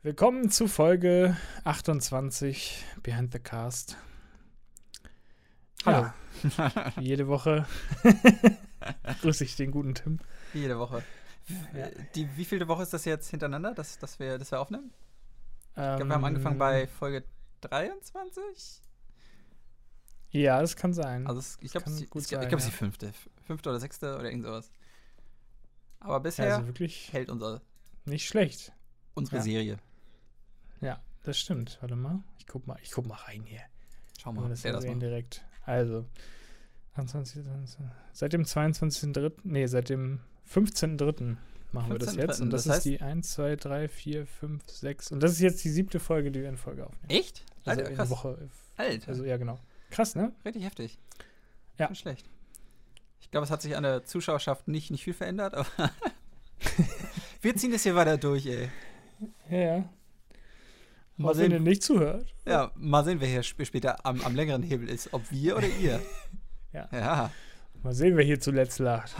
Willkommen zu Folge 28 Behind the Cast. Hallo. Ja, wie jede Woche grüße ich den guten Tim. Jede Woche. Ja. Wie viele Woche ist das jetzt hintereinander, dass wir aufnehmen? Ich glaube, wir haben Ähm, angefangen bei Folge 23. Ja, das kann sein. Also ich glaube, Kann es gut ist sein, die ja. fünfte oder sechste oder irgend sowas. Aber Ja, bisher also wirklich hält unsere nicht schlecht. Ja. Serie. Ja, das stimmt. Warte mal. Ich guck mal rein hier. Schau Können wir mal, das wer das sehen macht. direkt. Also, 28, seit dem 22.3., nee, seit dem 15.3. machen wir das jetzt. 15.3., Und das das ist die 1, 2, 3, 4, 5, 6. Und das ist jetzt die 7. Folge, die wir in Folge aufnehmen. Echt? Also Alter, in krass. der Woche. Alter, Also ja, genau. Krass, ne? richtig heftig. Ja. Nicht schlecht. Ich glaube, es hat sich an der Zuschauerschaft nicht viel verändert, aber wir ziehen das hier weiter durch, ey. Ja. Mal Mal wenn ihr sehen, nicht zuhört. ja, mal sehen, wer hier später am längeren Hebel ist. Ob wir oder ihr. Ja. Ja. Mal sehen, wer hier zuletzt lacht.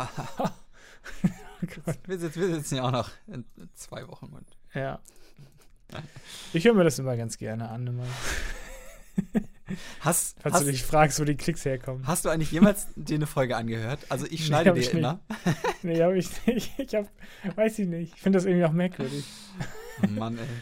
Wir sitzen ja auch noch in 2 Wochen. Und Ja. Ich höre mir das immer ganz gerne an. Immer. Falls du dich fragst, wo die Klicks herkommen. Hast du eigentlich jemals dir eine Folge angehört? Also ich schneide hab dir ich immer. Nee, hab ich nicht. Weiß ich nicht. Ich finde das irgendwie auch merkwürdig. Oh Mann, ey.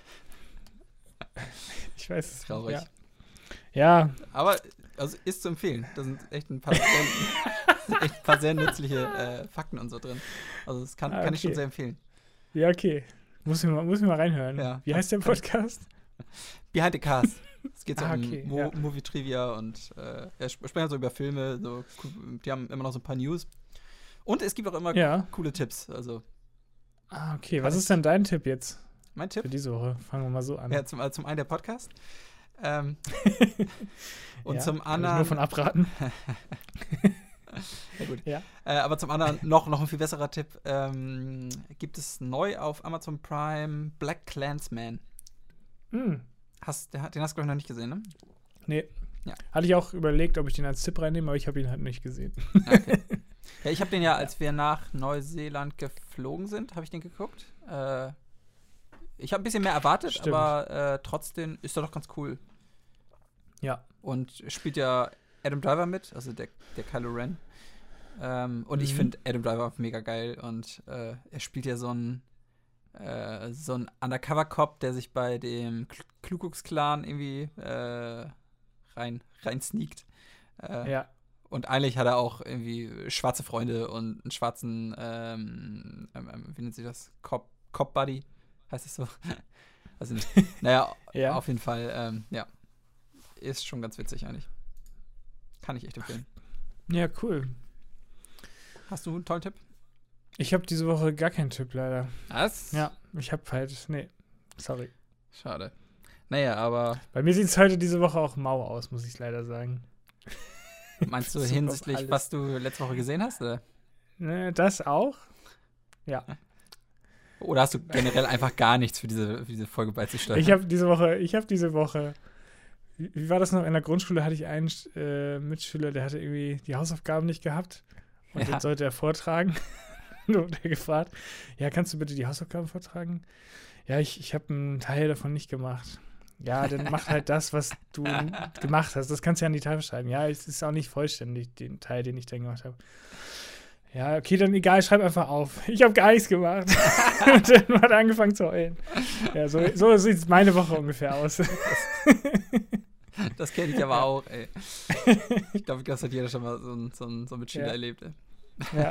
Ich weiß es Traurig. nicht. Ja. Aber also ist zu empfehlen. Da sind echt ein paar sehr nützliche Fakten und so drin. Also das kann ich schon okay. sehr empfehlen. Ja, okay. Muss ich mal reinhören. Ja. Wie heißt der Podcast? Behind the Cast. Es geht so okay, um ja. Movie-Trivia und sprechen so über Filme. So, die haben immer noch so ein paar News. Und es gibt auch immer Ja. coole Tipps. Also Okay. Was ist denn dein Tipp jetzt mein Tipp. für diese Woche? Fangen wir mal so an. Ja, zum einen der Podcast. Und Ja, zum kann ich anderen. nur von abraten. Ja, gut. Ja. Aber zum anderen noch ein viel besserer Tipp. Gibt es neu auf Amazon Prime Black Klansman. Hm. Den hast du, glaube ich, noch nicht gesehen, ne? Nee. Ja. Hatte ich auch überlegt, ob ich den als Tipp reinnehme, aber ich habe ihn halt nicht gesehen. Okay. Ja, ich habe den ja, als wir nach Neuseeland geflogen sind, habe ich den geguckt. Ich habe ein bisschen mehr erwartet, Stimmt. aber trotzdem ist er doch ganz cool. Ja. Und spielt ja Adam Driver mit, also der Kylo Ren. Und ich finde Adam Driver mega geil. Und er spielt ja so ein Undercover-Cop, der sich bei dem Ku Klux Klan irgendwie rein sneakt. Ja. Und eigentlich hat er auch irgendwie schwarze Freunde und einen schwarzen, wie nennt sich das? Cop-Buddy, heißt es so? Also, naja, Ja. auf jeden Fall, ja. Ist schon ganz witzig eigentlich. Kann ich echt empfehlen. Ja, cool. Hast du einen tollen Tipp? Ich habe diese Woche gar keinen Tipp, leider. Was? Ja, ich habe halt, nee, sorry. Schade. Naja, aber Bei mir sieht es heute diese Woche auch mau aus, muss ich leider sagen. meinst du Bezogen auf hinsichtlich, alles. was du letzte Woche gesehen hast? Ne, das auch? Ja. Oder hast du generell einfach gar nichts für diese Folge beizusteuern? Ich habe diese Woche, wie war das noch? In der Grundschule hatte ich einen Mitschüler, der hatte irgendwie die Hausaufgaben nicht gehabt. Und Ja. den sollte er vortragen. Und wurde er gefragt, ja, kannst du bitte die Hausaufgaben vortragen? Ja, ich habe einen Teil davon nicht gemacht. Ja, dann mach halt das, was du gemacht hast. Das kannst du ja an die Tafel schreiben. Ja, es ist auch nicht vollständig, den Teil, den ich dann gemacht habe. Ja, okay, dann egal, schreib einfach auf. Ich habe gar nichts gemacht. Und dann hat er angefangen zu heulen. Ja, so sieht meine Woche ungefähr aus. Das kenne ich aber auch, ey. Ich glaube, das hat jeder schon mal so einen Mitschüler Ja. erlebt, ey. Ja.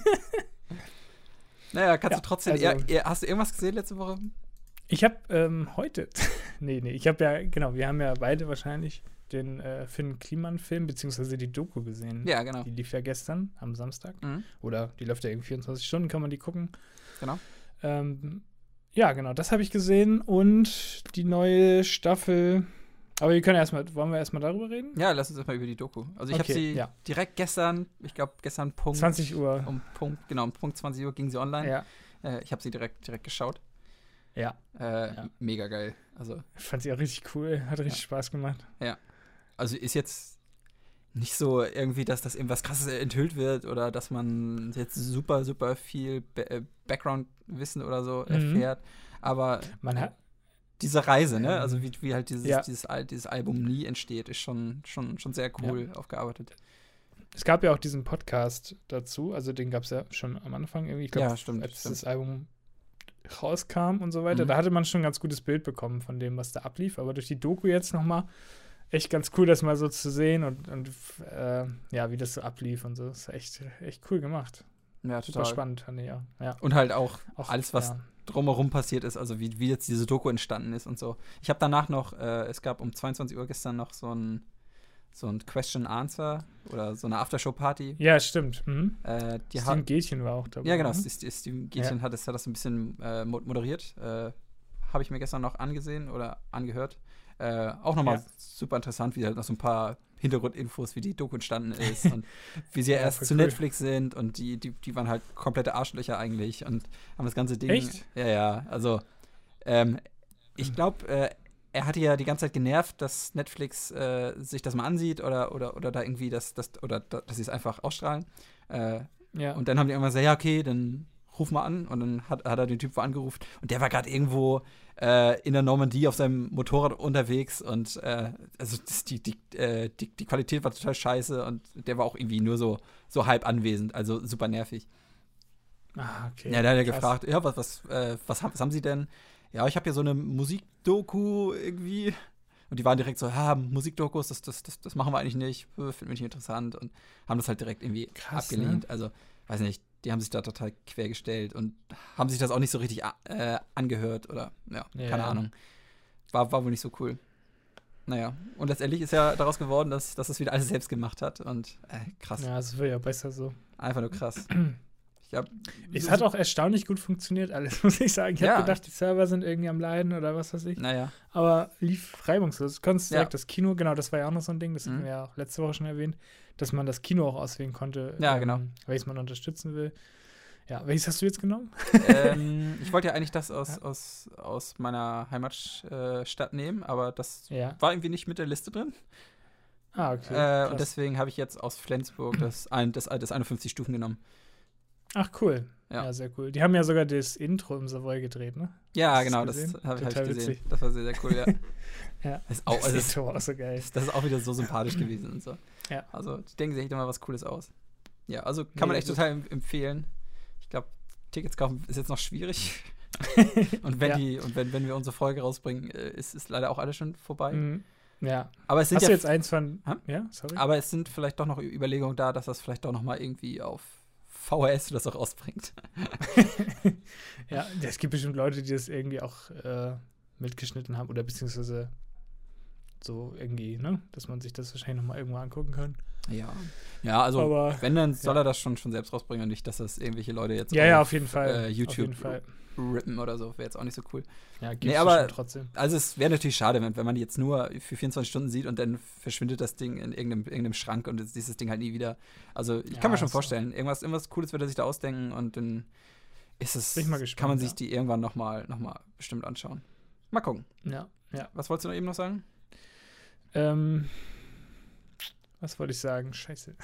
Naja, kannst Ja, du trotzdem. also- Hast du irgendwas gesehen letzte Woche? Ich habe heute, nee, ich habe ja, genau, wir haben ja beide wahrscheinlich den Finn Kliman-Film, beziehungsweise die Doku gesehen. Ja, genau. Die lief ja gestern am Samstag. Mhm. Oder die läuft ja irgendwie 24 Stunden, kann man die gucken. Genau. Ja, genau, das habe ich gesehen und die neue Staffel. Aber wollen wir erstmal darüber reden? Ja, lass uns erstmal über die Doku. Also ich habe Okay, sie ja. direkt gestern, ich glaube gestern Punkt 20 Uhr. um Punkt 20 Uhr ging sie online. Ja, Ich habe sie direkt geschaut. ja. Mega geil. Also Ich fand sie auch richtig cool. Hat richtig Spaß gemacht. Also ist jetzt nicht so irgendwie, dass das irgendwas Krasses enthüllt wird oder dass man jetzt super, super viel Background-Wissen oder so erfährt. Aber Man hat, diese Reise, ne? Also wie halt Ja. dieses Album nie entsteht, ist schon sehr cool aufgearbeitet. Es gab ja auch diesen Podcast dazu, also den gab es ja schon am Anfang irgendwie, ich glaube, Ja, stimmt, als stimmt. das Album rauskam und so weiter, Mhm. da hatte man schon ein ganz gutes Bild bekommen von dem, was da ablief, aber durch die Doku jetzt nochmal echt ganz cool, das mal so zu sehen und ja, wie das so ablief und so, das ist echt cool gemacht. Ja, Super total. spannend, fand ich auch. Ja. Und halt auch alles, was ja. drumherum passiert ist, also wie jetzt diese Doku entstanden ist und so. Ich habe danach noch, es gab um 22 Uhr gestern noch so ein Question-Answer oder so eine Aftershow-Party. Ja, stimmt. Mhm. Steven Gätchen war auch dabei. Ja, genau. ne? Steven Gätchen hat das ein bisschen moderiert. Habe ich mir gestern noch angesehen oder angehört. Auch nochmal super interessant, wie halt noch so ein paar Hintergrundinfos, wie die Doku entstanden ist und wie sie erst zu Netflix sind und die waren halt komplette Arschlöcher eigentlich und haben das ganze Ding. Echt? Ja. Also ich glaube, er hatte ja die ganze Zeit genervt, dass Netflix sich das mal ansieht oder da irgendwie dass sie es einfach ausstrahlen. Ja. Und dann haben die irgendwann gesagt, ja, okay, dann ruf mal an. Und dann hat er den Typ angerufen. Und der war gerade irgendwo in der Normandie auf seinem Motorrad unterwegs. Und also die Qualität war total scheiße. Und der war auch irgendwie nur so halb anwesend. Also super nervig. Ah, okay. Ja, da hat er gefragt, ja, was haben Sie denn? Ja, ich habe hier so eine Musikdoku irgendwie. Und die waren direkt so, Musikdokus, das machen wir eigentlich nicht, finden wir nicht interessant. Und haben das halt direkt irgendwie abgelehnt. Ne? Also, weiß nicht, die haben sich da total quergestellt und haben sich das auch nicht so richtig angehört oder, keine Ahnung. War wohl nicht so cool. Naja, und letztendlich ist ja daraus geworden, dass das wieder alles selbst gemacht hat. Und krass. Ja, es wird ja besser so. Einfach nur krass. Es hat auch erstaunlich gut funktioniert alles, muss ich sagen. Ich habe gedacht, die Server sind irgendwie am Leiden oder was weiß ich. Naja. Aber lief reibungslos. Du konntest direkt das Kino, genau, das war ja auch noch so ein Ding, das haben wir ja auch letzte Woche schon erwähnt, dass man das Kino auch auswählen konnte, ja, genau. welches man unterstützen will. Ja, welches hast du jetzt genommen? Ich wollte ja eigentlich das aus meiner Heimatstadt nehmen, aber das war irgendwie nicht mit der Liste drin. Ah, okay. Und deswegen habe ich jetzt aus Flensburg das 51 Stufen genommen. Ach, cool. Ja, sehr cool. Die haben ja sogar das Intro im Savoy gedreht, ne? Ja, genau, das habe ich gesehen. Witzig. Das war sehr, sehr cool, ja. Ja, das Intro war auch so geil. Das ist auch wieder so sympathisch gewesen und so. Ja. Also, die denken sich echt immer was Cooles aus. Ja, also kann man echt total empfehlen. Ich glaube, Tickets kaufen ist jetzt noch schwierig. Und wenn wir unsere Folge rausbringen, ist leider auch alles schon vorbei. Mhm. Ja. Aber es sind Hast du jetzt eins von. Ja, sorry. Aber es sind vielleicht doch noch Überlegungen da, dass das vielleicht doch noch mal irgendwie auf VHS das auch rausbringt. Ja, es gibt bestimmt Leute, die das irgendwie auch mitgeschnitten haben oder beziehungsweise so irgendwie, ne, dass man sich das wahrscheinlich noch mal irgendwo angucken kann. Ja, also wenn, dann soll er das schon selbst rausbringen und nicht, dass das irgendwelche Leute jetzt auf jeden Fall. YouTube rippen oder so. Wäre jetzt auch nicht so cool. Ja, gibt's aber trotzdem. Also es wäre natürlich schade, wenn man die jetzt nur für 24 Stunden sieht und dann verschwindet das Ding in irgendeinem Schrank und jetzt dieses Ding halt nie wieder. Also ich kann mir schon vorstellen, irgendwas Cooles wird er sich da ausdenken und dann ist es, bin ich mal gespannt, kann man sich die irgendwann noch mal bestimmt anschauen. Mal gucken. Ja. Was wolltest du noch eben noch sagen? Was wollte ich sagen? Scheiße.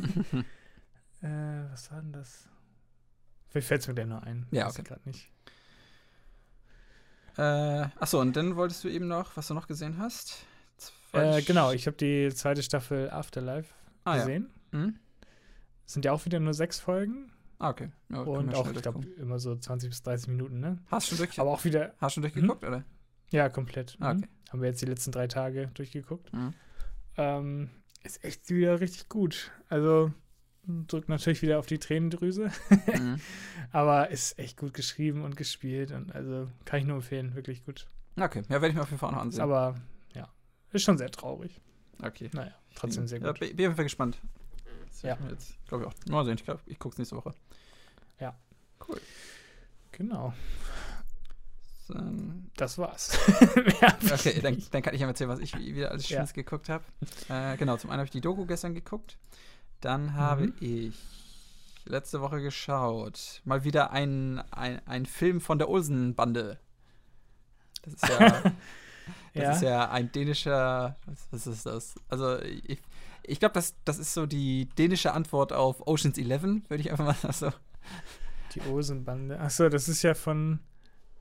Was war denn das? Vielleicht fällt es mir denn noch ein. Ja, okay. Okay. Gerade nicht. Achso, und dann wolltest du eben noch, was du noch gesehen hast? Genau, ich habe die zweite Staffel Afterlife gesehen. Ja. Mhm. Sind ja auch wieder nur 6 Folgen. Ah, okay. Ja, und auch, ich glaube, immer so 20 bis 30 Minuten, ne? Hast du schon Aber auch wieder. Hast du schon durchgeguckt, oder? Ja, komplett. Ah, okay. Haben wir jetzt die letzten 3 Tage durchgeguckt. Mhm. Ist echt wieder richtig gut. Also drückt natürlich wieder auf die Tränendrüse. Aber ist echt gut geschrieben und gespielt. Und also kann ich nur empfehlen. Wirklich gut. Okay, ja, werde ich mir auf jeden Fall auch noch ansehen. Aber ja, ist schon sehr traurig. Okay. Naja, trotzdem sehr gut. Ja, bin auf jeden Fall gespannt. Ja. Jetzt, glaube ich auch. Mal sehen, ich gucke es nächste Woche. Ja. Cool. Genau. Das war's. Okay, dann kann ich ja erzählen, was ich wieder alles Schönes geguckt habe. Genau, zum einen habe ich die Doku gestern geguckt. Dann habe ich letzte Woche geschaut. Mal wieder ein Film von der Olsen-Bande. Das ist ja, ist ja ein dänischer. Was ist das? Also, ich glaube, das ist so die dänische Antwort auf Ocean's 11, würde ich einfach mal so. Die Olsen-Bande. Achso, das ist ja von.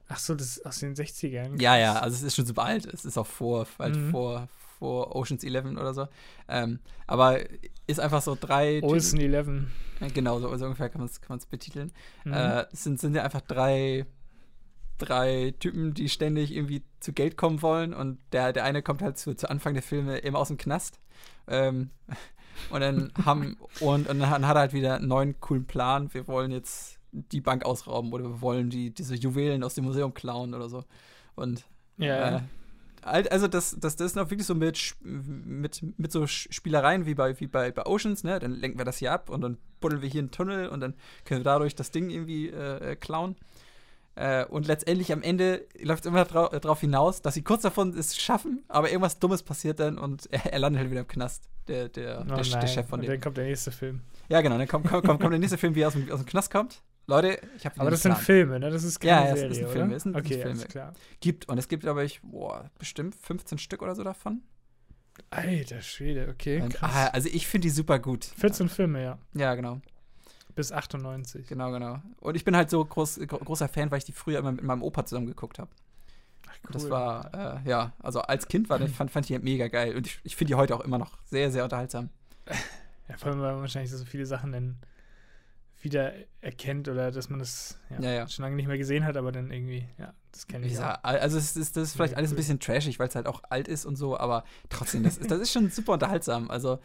Ach so, das ist aus den 60ern. Ja, also es ist schon super alt. Es ist auch vor Ocean's 11 oder so. Aber ist einfach so 3 Ocean 11. Genau, so ungefähr kann man es betiteln. Es sind ja einfach drei Typen, die ständig irgendwie zu Geld kommen wollen, und der eine kommt halt zu Anfang der Filme immer aus dem Knast. Und dann dann hat er halt wieder einen neuen coolen Plan. Wir wollen jetzt die Bank ausrauben oder wir wollen diese Juwelen aus dem Museum klauen oder so. Und also das ist noch wirklich so mit so Spielereien wie bei Oceans, ne? Dann lenken wir das hier ab und dann buddeln wir hier einen Tunnel und dann können wir dadurch das Ding irgendwie klauen. Und letztendlich am Ende läuft es immer darauf hinaus, dass sie kurz davon es schaffen, aber irgendwas Dummes passiert dann und er landet halt wieder im Knast, der Chef von dem. Und dann kommt der nächste Film. Ja, genau, dann kommt der nächste Film, wie er aus dem Knast kommt. Leute, ich habe Aber das sind Filme, ne? Das ist keine Serie, das sind Filme. Es sind Filme. Klar. Es gibt, glaube ich, bestimmt 15 Stück oder so davon. Alter Schwede, okay, krass. Also ich finde die super gut. 14 Filme, ja. Ja, genau. Bis 98. Genau. Und ich bin halt so großer Fan, weil ich die früher immer mit meinem Opa zusammen geguckt habe. Cool. Das war, also als Kind fand ich die halt mega geil. Und ich finde die heute auch immer noch sehr, sehr unterhaltsam. Ja, vor allem, weil man wahrscheinlich so viele Sachen dann wieder erkennt oder dass man das schon lange nicht mehr gesehen hat, aber dann irgendwie, das kenne ich auch. Also das ist vielleicht alles ein bisschen trashig, weil es halt auch alt ist und so, aber trotzdem, das ist schon super unterhaltsam. Also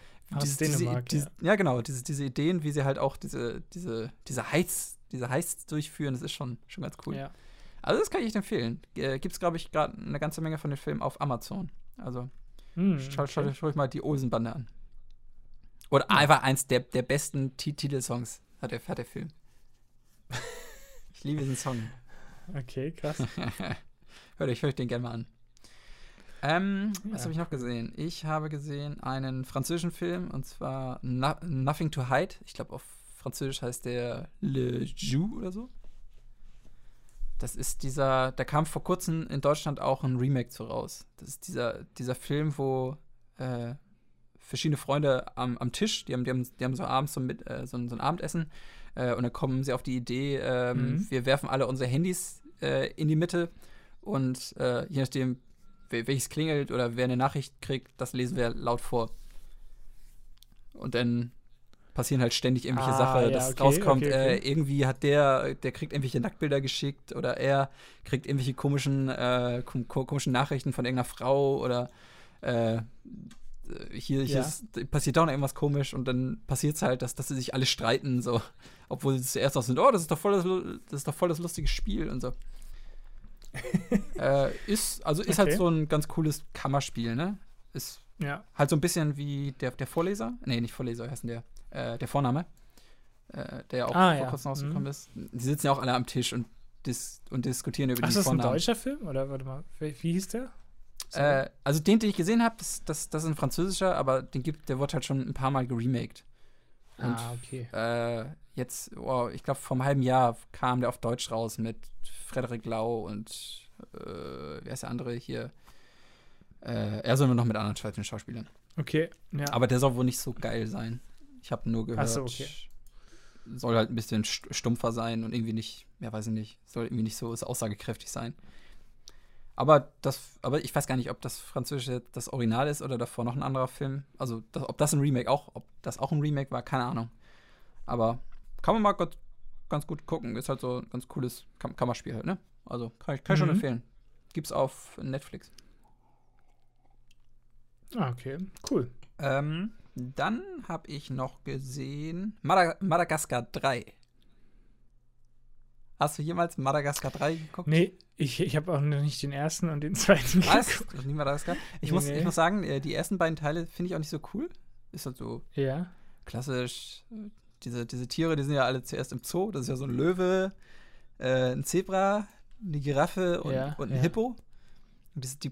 diese Ideen, wie sie halt auch diese Heists durchführen, das ist schon ganz cool. Ja. Also das kann ich echt empfehlen. Gibt's, glaube ich, gerade eine ganze Menge von den Filmen auf Amazon. Also schaut euch ruhig mal die Olsen-Bande an. Oder einfach eins der besten Titelsongs hat der Film. Ich liebe diesen Song. Okay, krass. Hört euch den gerne mal an. Was habe ich noch gesehen? Ich habe gesehen einen französischen Film, und zwar Nothing to Hide. Ich glaube, auf Französisch heißt der Le Joux oder so. Das ist da kam vor kurzem in Deutschland auch ein Remake zu raus. Das ist dieser Film, wo verschiedene Freunde am Tisch, die haben so abends so ein Abendessen, und dann kommen sie auf die Idee, wir werfen alle unsere Handys in die Mitte und je nachdem, welches klingelt oder wer eine Nachricht kriegt, das lesen wir laut vor. Und dann passieren halt ständig irgendwelche Sachen, dass rauskommt, irgendwie hat der kriegt irgendwelche Nacktbilder geschickt oder er kriegt irgendwelche komischen Nachrichten von irgendeiner Frau oder passiert da noch irgendwas komisch und dann passiert es halt, dass sie sich alle streiten, so, obwohl sie zuerst auch sind, das ist doch voll das lustige Spiel und so. Ist halt so ein ganz cooles Kammerspiel, ne? Ist halt so ein bisschen wie der Vorleser. Nee, nicht Vorleser, wie heißt denn der Vorname. Der ja auch vor kurzem rausgekommen ist. Die sitzen ja auch alle am Tisch und diskutieren über die Vornamen. Ist das ein deutscher Film? Oder warte mal, wie hieß der? Also den ich gesehen habe, das ist ein französischer, aber der wird halt schon ein paar Mal geremaked. Und, okay. Jetzt, ich glaube, vor einem halben Jahr kam der auf Deutsch raus mit Frederik Lau und wer ist der andere hier? Er soll nur noch mit anderen Schauspielern. Okay, ja. Aber der soll wohl nicht so geil sein. Ich habe nur gehört, soll halt ein bisschen stumpfer sein und irgendwie nicht, weiß ich nicht, soll irgendwie nicht so aussagekräftig sein. Aber ich weiß gar nicht, ob das Französische das Original ist oder davor noch ein anderer Film. Also, ob das auch ein Remake war, keine Ahnung. Aber kann man mal ganz gut gucken. Ist halt so ein ganz cooles Kammerspiel halt, ne? Also, kann ich schon empfehlen. Gibt's auf Netflix. Okay, cool. Dann habe ich noch gesehen Madagaskar 3. Hast du jemals Madagaskar 3 geguckt? Nee, ich habe auch noch nicht den ersten und den zweiten geguckt. Was? Nie Madagaskar? Ich muss sagen, die ersten beiden Teile finde ich auch nicht so cool. Ist halt so klassisch. Diese Tiere, die sind ja alle zuerst im Zoo. Das ist ja so ein Löwe, ein Zebra, eine Giraffe und ein Hippo. Und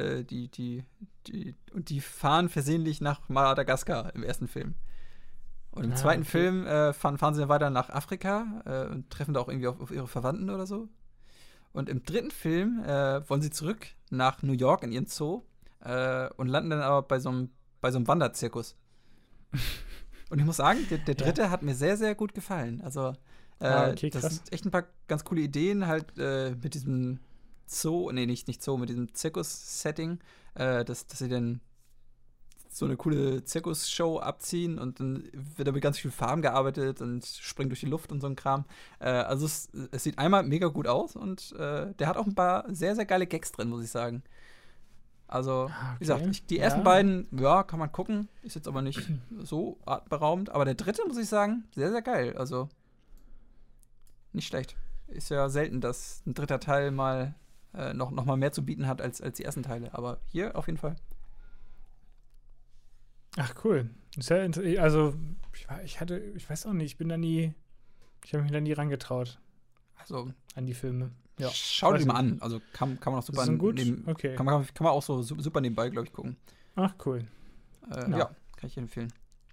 die fahren versehentlich nach Madagaskar im ersten Film. Und im zweiten Film fahren sie dann weiter nach Afrika und treffen da auch irgendwie auf ihre Verwandten oder so. Und im dritten Film wollen sie zurück nach New York in ihren Zoo und landen dann aber bei so einem Wanderzirkus. Und ich muss sagen, der dritte hat mir sehr, sehr gut gefallen. Also das sind echt ein paar ganz coole Ideen, halt mit diesem Zoo, nee, nicht Zoo, mit diesem Zirkus-Setting, dass sie dann so eine coole Zirkusshow abziehen und dann wird da mit ganz vielen Farben gearbeitet und springt durch die Luft und so ein Kram. Also es sieht einmal mega gut aus und der hat auch ein paar sehr, sehr geile Gags drin, muss ich sagen. Also, wie gesagt, die ersten beiden, ja, kann man gucken, ist jetzt aber nicht so atemberaubend, aber der dritte, muss ich sagen, sehr, sehr geil. Also, nicht schlecht. Ist ja selten, dass ein dritter Teil mal noch mal mehr zu bieten hat als die ersten Teile, aber hier auf jeden Fall. Ach, cool. Also, ich weiß auch nicht, ich habe mich da nie rangetraut. Also, an die Filme. Ja. Schau dir mal an. Also, kann man auch super okay. kann man auch so super nebenbei, glaube ich, gucken. Ach, cool. Ja, kann ich empfehlen.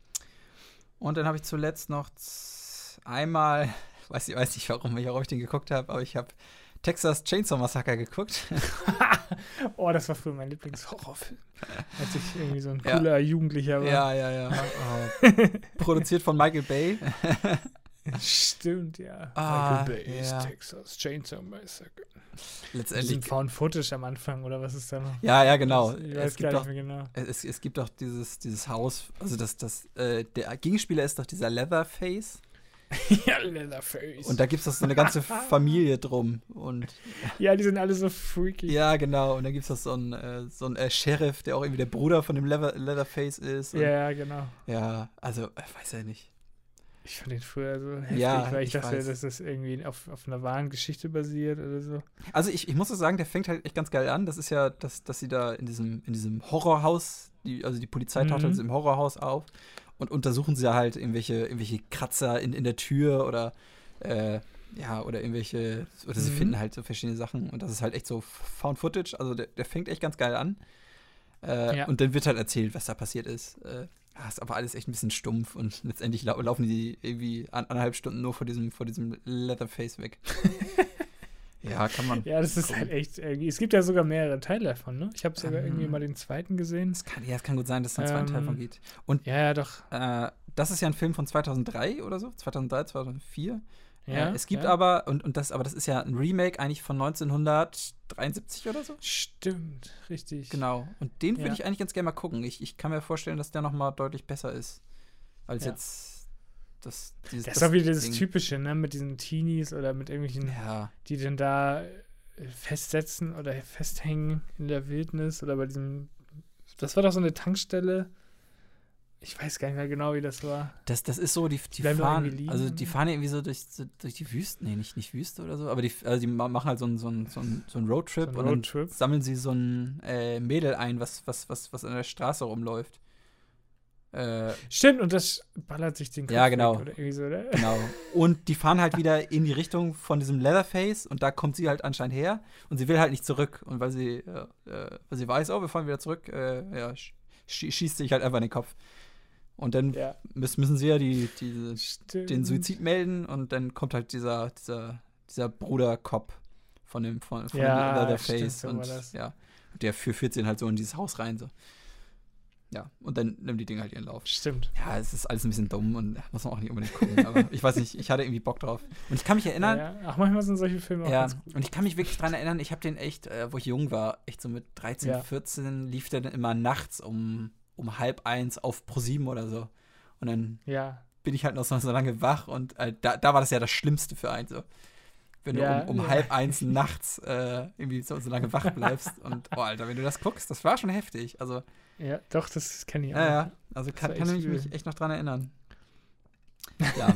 Und dann habe ich zuletzt noch einmal, weiß nicht, warum ich den geguckt habe, aber ich habe Texas Chainsaw Massacre geguckt. Oh, das war früher mein Lieblingshorrorfilm. Als ich irgendwie so ein cooler Jugendlicher war. Ja. Oh. Produziert von Michael Bay. Stimmt, ja. Michael Bay ist Texas Chainsaw Massacre. Letztendlich. Ein Found Footage am Anfang, oder was ist da noch? Ja, genau. Ich weiß gar nicht mehr genau. Es gibt doch dieses Haus, also der Gegenspieler ist doch dieser Leatherface. Ja, Leatherface. Und da gibt es doch so eine ganze Familie drum. Und ja, die sind alle so freaky. Ja, genau. Und dann gibt es doch so einen Sheriff, der auch irgendwie der Bruder von dem Leatherface ist. Ja, genau. Ja, also, weiß ja nicht. Ich fand den früher so heftig, weil ich dachte, dass das irgendwie auf einer wahren Geschichte basiert oder so. Also ich muss sagen, der fängt halt echt ganz geil an. Das ist ja, dass sie da in diesem Horrorhaus, die Polizei taucht halt im Horrorhaus auf und untersuchen sie halt irgendwelche Kratzer in der Tür oder oder irgendwelche, oder sie finden halt so verschiedene Sachen und das ist halt echt so Found Footage. Also der fängt echt ganz geil an. Und dann wird halt erzählt, was da passiert ist. Ist aber alles echt ein bisschen stumpf und letztendlich laufen die irgendwie 1,5 Stunden nur vor diesem Leatherface weg. Ja, kann man. Ja, das ist halt echt irgendwie. Es gibt ja sogar mehrere Teile davon, ne? Ich habe sogar irgendwie mal den zweiten gesehen. Es kann gut sein, dass es einen zweiten Teil von gibt. Und ja, doch. Das ist ja ein Film von 2003 oder so, 2003, 2004. Ja, es gibt aber, das ist ja ein Remake eigentlich von 1973 oder so. Stimmt, richtig. Genau. Und den würde ich eigentlich ganz gerne mal gucken. Ich kann mir vorstellen, dass der noch mal deutlich besser ist als jetzt das ist auch wieder dieses Typische, ne, mit diesen Teenies oder mit irgendwelchen, die dann da festsetzen oder festhängen in der Wildnis oder bei diesem, das war doch so eine Tankstelle. Ich weiß gar nicht mehr genau, wie das war. Das ist so, die fahren irgendwie so durch die Wüste, nee, nicht Wüste oder so, aber die machen halt so einen Roadtrip und dann sammeln sie so ein Mädel ein, was an der Straße rumläuft. Stimmt, und das ballert sich den Kopf weg, genau. Oder irgendwie so, oder? Genau. Und die fahren halt wieder in die Richtung von diesem Leatherface und da kommt sie halt anscheinend her und sie will halt nicht zurück. Und weil sie weiß, wir fahren wieder zurück, schießt sich halt einfach in den Kopf. Und dann müssen sie ja den Suizid melden und dann kommt halt dieser Bruder-Cop von dem Leatherface. Stimmt, und der führt sie halt so in dieses Haus rein. So. Ja, und dann nimmt die Dinge halt ihren Lauf. Stimmt. Ja, es ist alles ein bisschen dumm und muss man auch nicht unbedingt gucken. Aber ich weiß nicht, ich hatte irgendwie Bock drauf. Und ich kann mich erinnern. Ach, manchmal sind solche Filme auch ganz gut. Und ich kann mich wirklich dran erinnern, ich habe den echt, wo ich jung war, echt so mit 13, 14, lief der dann immer nachts um 12:30 auf ProSieben oder so. Und dann bin ich halt noch so lange wach und da war das ja das Schlimmste für einen so. Wenn du um 12:30 nachts irgendwie so lange wach bleibst und, Alter, wenn du das guckst, das war schon heftig. Also ja, doch, das kenne ich auch. Ja, also kann ich mich echt noch dran erinnern. Ja.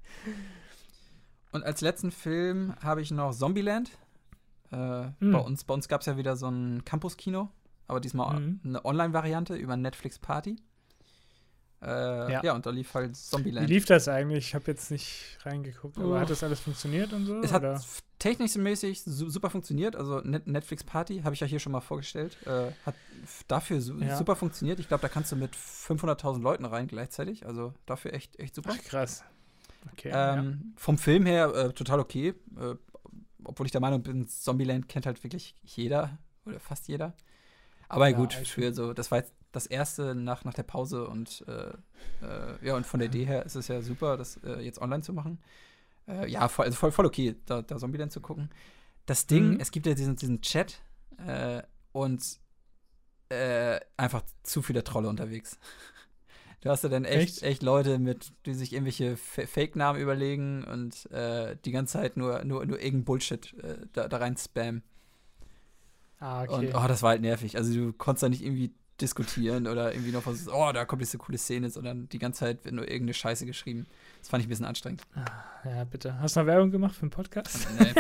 Und als letzten Film habe ich noch Zombieland. Bei uns gab es ja wieder so ein Campus-Kino, aber diesmal eine Online-Variante über Netflix Party. Und da lief halt Zombieland. Wie lief das eigentlich? Ich habe jetzt nicht reingeguckt, aber hat das alles funktioniert und so? Es hat technikmäßig super funktioniert. Also Netflix Party, habe ich ja hier schon mal vorgestellt, hat dafür super funktioniert. Ich glaube, da kannst du mit 500.000 Leuten rein gleichzeitig. Also dafür echt super. Ach, krass. Okay, vom Film her total okay. Obwohl ich der Meinung bin, Zombieland kennt halt wirklich jeder oder fast jeder. Aber gut, für so, das war jetzt das erste nach der Pause und und von der Idee her ist es ja super, das jetzt online zu machen. Voll okay, da Zombieland zu gucken. das Ding, es gibt ja diesen Chat und einfach zu viele Trolle unterwegs. Du hast ja dann echt Leute, die sich irgendwelche Fake-Namen überlegen und die ganze Zeit nur irgendein Bullshit da rein spammen. Ah, okay. Und das war halt nervig. Also du konntest da nicht irgendwie diskutieren oder irgendwie noch was, da kommt jetzt eine coole Szene, sondern die ganze Zeit wird nur irgendeine Scheiße geschrieben. Das fand ich ein bisschen anstrengend. Ja, bitte. Hast du noch Werbung gemacht für einen Podcast? Nee.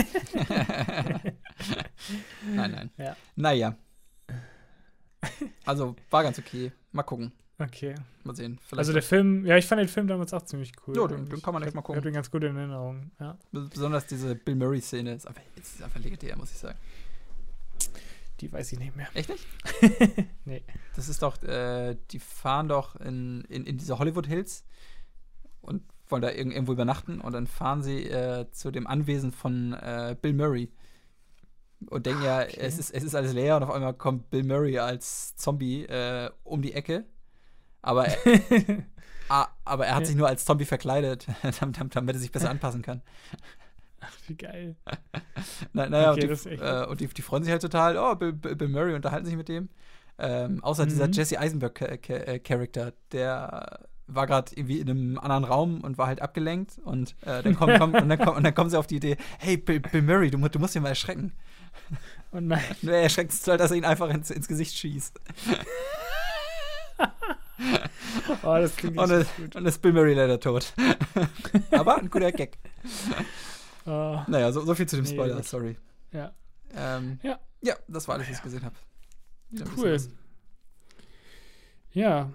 Nein. Ja. Naja. Also, war ganz okay. Mal gucken. Okay. Mal sehen. Vielleicht also der Film, ich fand den Film damals auch ziemlich cool. Ja, den kann man echt mal gucken. Ich hab den ganz gut in Erinnerung, ja. Besonders diese Bill Murray-Szene ist einfach legendär, muss ich sagen. Die weiß ich nicht mehr. Echt nicht? Nee. Das ist doch, die fahren doch in diese Hollywood Hills und wollen da irgendwo übernachten und dann fahren sie zu dem Anwesen von Bill Murray und denken okay. Es ist alles leer und auf einmal kommt Bill Murray als Zombie um die Ecke. Aber er hat sich nur als Zombie verkleidet, damit er sich besser anpassen kann. Ach, wie geil. Naja, okay, und die freuen sich halt total. Bill Murray unterhalten sich mit dem. Außer dieser Jesse Eisenberg-Charakter, der war gerade irgendwie in einem anderen Raum und war halt abgelenkt. Und dann kommen sie auf die Idee, hey, Bill Murray, du musst ihn mal erschrecken. Und nein. Nur er erschreckt es halt, dass er ihn einfach ins Gesicht schießt. Das klingt gut. Und ist Bill Murray leider tot. Aber ein guter Gag. Naja, so viel zu dem Spoiler, gut. Sorry. Ja. Ja, das war alles, was ich gesehen habe. Cool. Ja.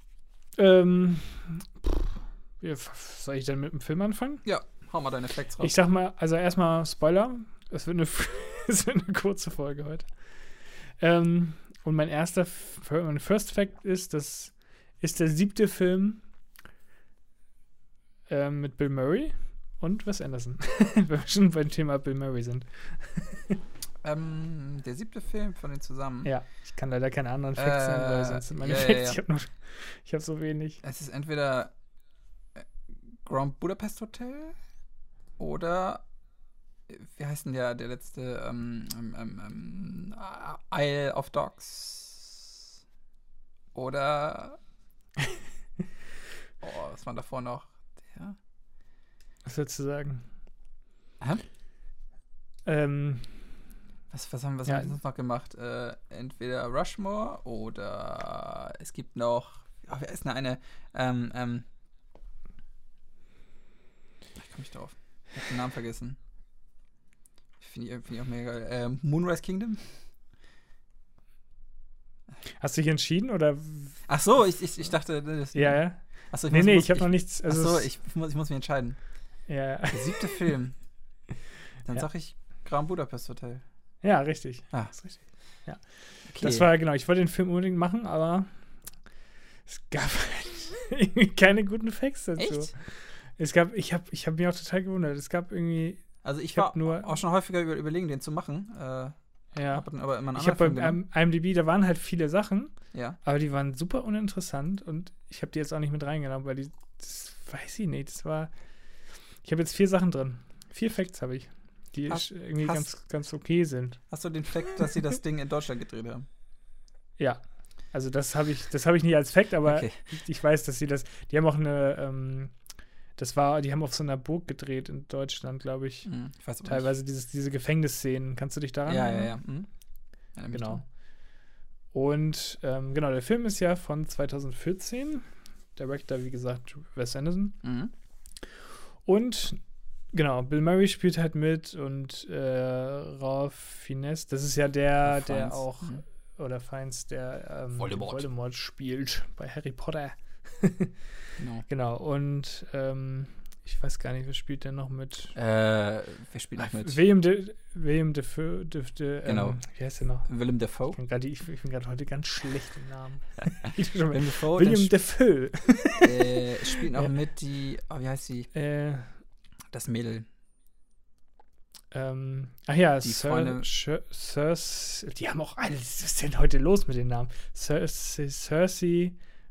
Soll ich dann mit dem Film anfangen? Ja, hau mal deine Facts raus. Ich sag mal, also erstmal Spoiler. Es wird eine kurze Folge heute. Und mein First Fact ist, das ist der 7. Film mit Bill Murray und Wes Anderson. Wenn wir schon beim Thema Bill Murray sind. Der 7. Film von den zusammen. Ja, ich kann leider keine anderen Facts nennen, weil sonst sind meine Facts. Ja. Ich habe so wenig. Es ist entweder Grand Budapest Hotel oder wie heißt denn der letzte Isle of Dogs oder was war davor noch? Der? Was würdest du sagen? Hä? Was haben wir sonst noch gemacht? Entweder Rushmore oder es gibt noch wer ist denn eine ich komme nicht drauf. Ich habe den Namen vergessen. Finde ich auch mega geil. Moonrise Kingdom? Hast du dich entschieden, oder? Ach so, ich dachte... Ja. Achso, ich habe noch nichts... Also ich muss mich entscheiden. Ja. Der 7. Film. Dann sag ich Grand Budapest Hotel. Ja, richtig. Das ist richtig. Ja. Okay. Das war, genau, ich wollte den Film unbedingt machen, aber es gab irgendwie keine guten Facts dazu. Echt? Ich habe mich auch total gewundert. Es gab irgendwie... Also ich war auch schon häufiger überlegen, den zu machen. Aber immer ich habe beim IMDb, da waren halt viele Sachen, aber die waren super uninteressant und ich habe die jetzt auch nicht mit reingenommen, weil das weiß ich nicht, ich habe jetzt 4 Sachen drin. 4 Facts habe ich, die irgendwie ganz okay sind. Hast du den Fact, dass sie das Ding in Deutschland gedreht haben? Ja, also das habe ich nicht als Fact, aber ich weiß, dass die haben auch eine, die haben auf so einer Burg gedreht in Deutschland, glaube ich. Ich weiß teilweise diese Gefängnisszenen. Kannst du dich daran erinnern? Ja. Genau. Und der Film ist ja von 2014. Director, wie gesagt, Wes Anderson. Und genau, Bill Murray spielt halt mit und Ralph Fiennes, das ist ja der auch, oder Fiennes, der Voldemort spielt bei Harry Potter. Genau, und ich weiß gar nicht, wer spielt denn noch mit? Wer spielt noch mit? William Dafoe. Genau. Wie heißt der noch? Willem Dafoe. Ich bin gerade heute ganz schlecht im Namen. William Dafoe. Spielt noch mit wie heißt sie? Das Mädel. Cersei, die haben auch alle, was ist denn heute los mit den Namen? Cersei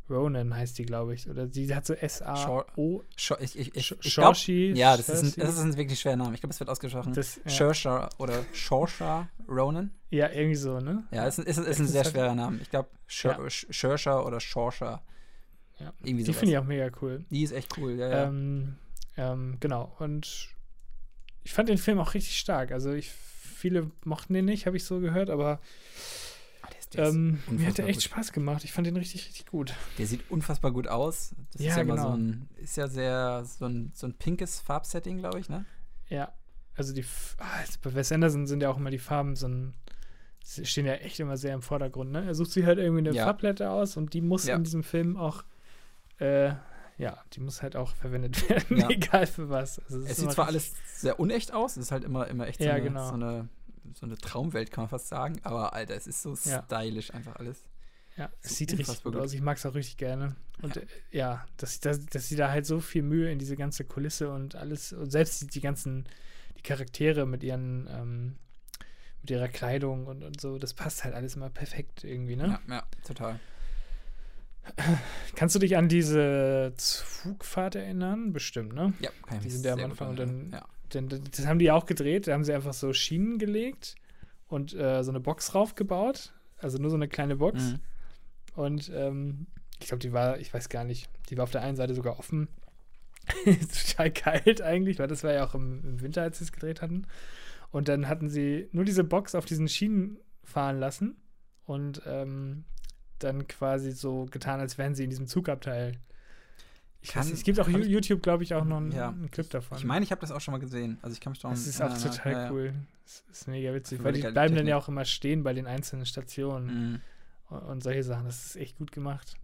Ronan heißt die, glaube ich. Oder sie hat so S-A-O. Ich glaube, ja, das ist ein wirklich schwerer Name. Ich glaube, es wird ausgesprochen. Saoirse oder Saoirse Ronan. Ja, irgendwie so, ne? Ja, ist ein sehr schwerer Name. Ich glaube, Saoirse oder Saoirse. Ja. Die finde ich auch mega cool. Die ist echt cool, ja. Genau. Und ich fand den Film auch richtig stark. Also viele mochten den nicht, habe ich so gehört, aber mir hat der echt Spaß gemacht. Ich fand den richtig, richtig gut. Der sieht unfassbar gut aus. Das ist ja genau. Ist ja sehr so ein pinkes Farbsetting, glaube ich, ne? Ja, also bei Wes Anderson sind ja auch immer die Farben stehen ja echt immer sehr im Vordergrund, ne? Er sucht sich halt irgendwie eine Farbplatte aus und die muss in diesem Film auch die muss halt auch verwendet werden, egal für was. Also es sieht zwar alles sehr unecht aus, es ist halt immer echt so eine Traumwelt, kann man fast sagen, aber Alter, es ist so stylisch einfach alles. Ja, es sieht richtig gut aus. Ich mag es auch richtig gerne. Und dass sie da halt so viel Mühe in diese ganze Kulisse und alles, und selbst die Charaktere mit ihren mit ihrer Kleidung und so, das passt halt alles immer perfekt irgendwie, ne? Ja, total. Kannst du dich an diese Zugfahrt erinnern? Bestimmt, ne? Ja, kann ich mich Die sind ja am Anfang gut und das haben die auch gedreht, da haben sie einfach so Schienen gelegt und so eine Box raufgebaut, also nur so eine kleine Box. Mhm. Und ich glaube, ich weiß gar nicht, die war auf der einen Seite sogar offen. Total kalt eigentlich, weil das war ja auch im Winter, als sie es gedreht hatten. Und dann hatten sie nur diese Box auf diesen Schienen fahren lassen und dann quasi so getan, als wären sie in diesem Zugabteil. Es gibt auch YouTube, glaube ich, auch noch einen Clip davon. Ich meine, ich habe das auch schon mal gesehen. Also ich kann mich daran Das ist auch total cool. Das ist mega witzig, weil die bleiben dann ja auch immer stehen bei den einzelnen Stationen und solche Sachen. Das ist echt gut gemacht.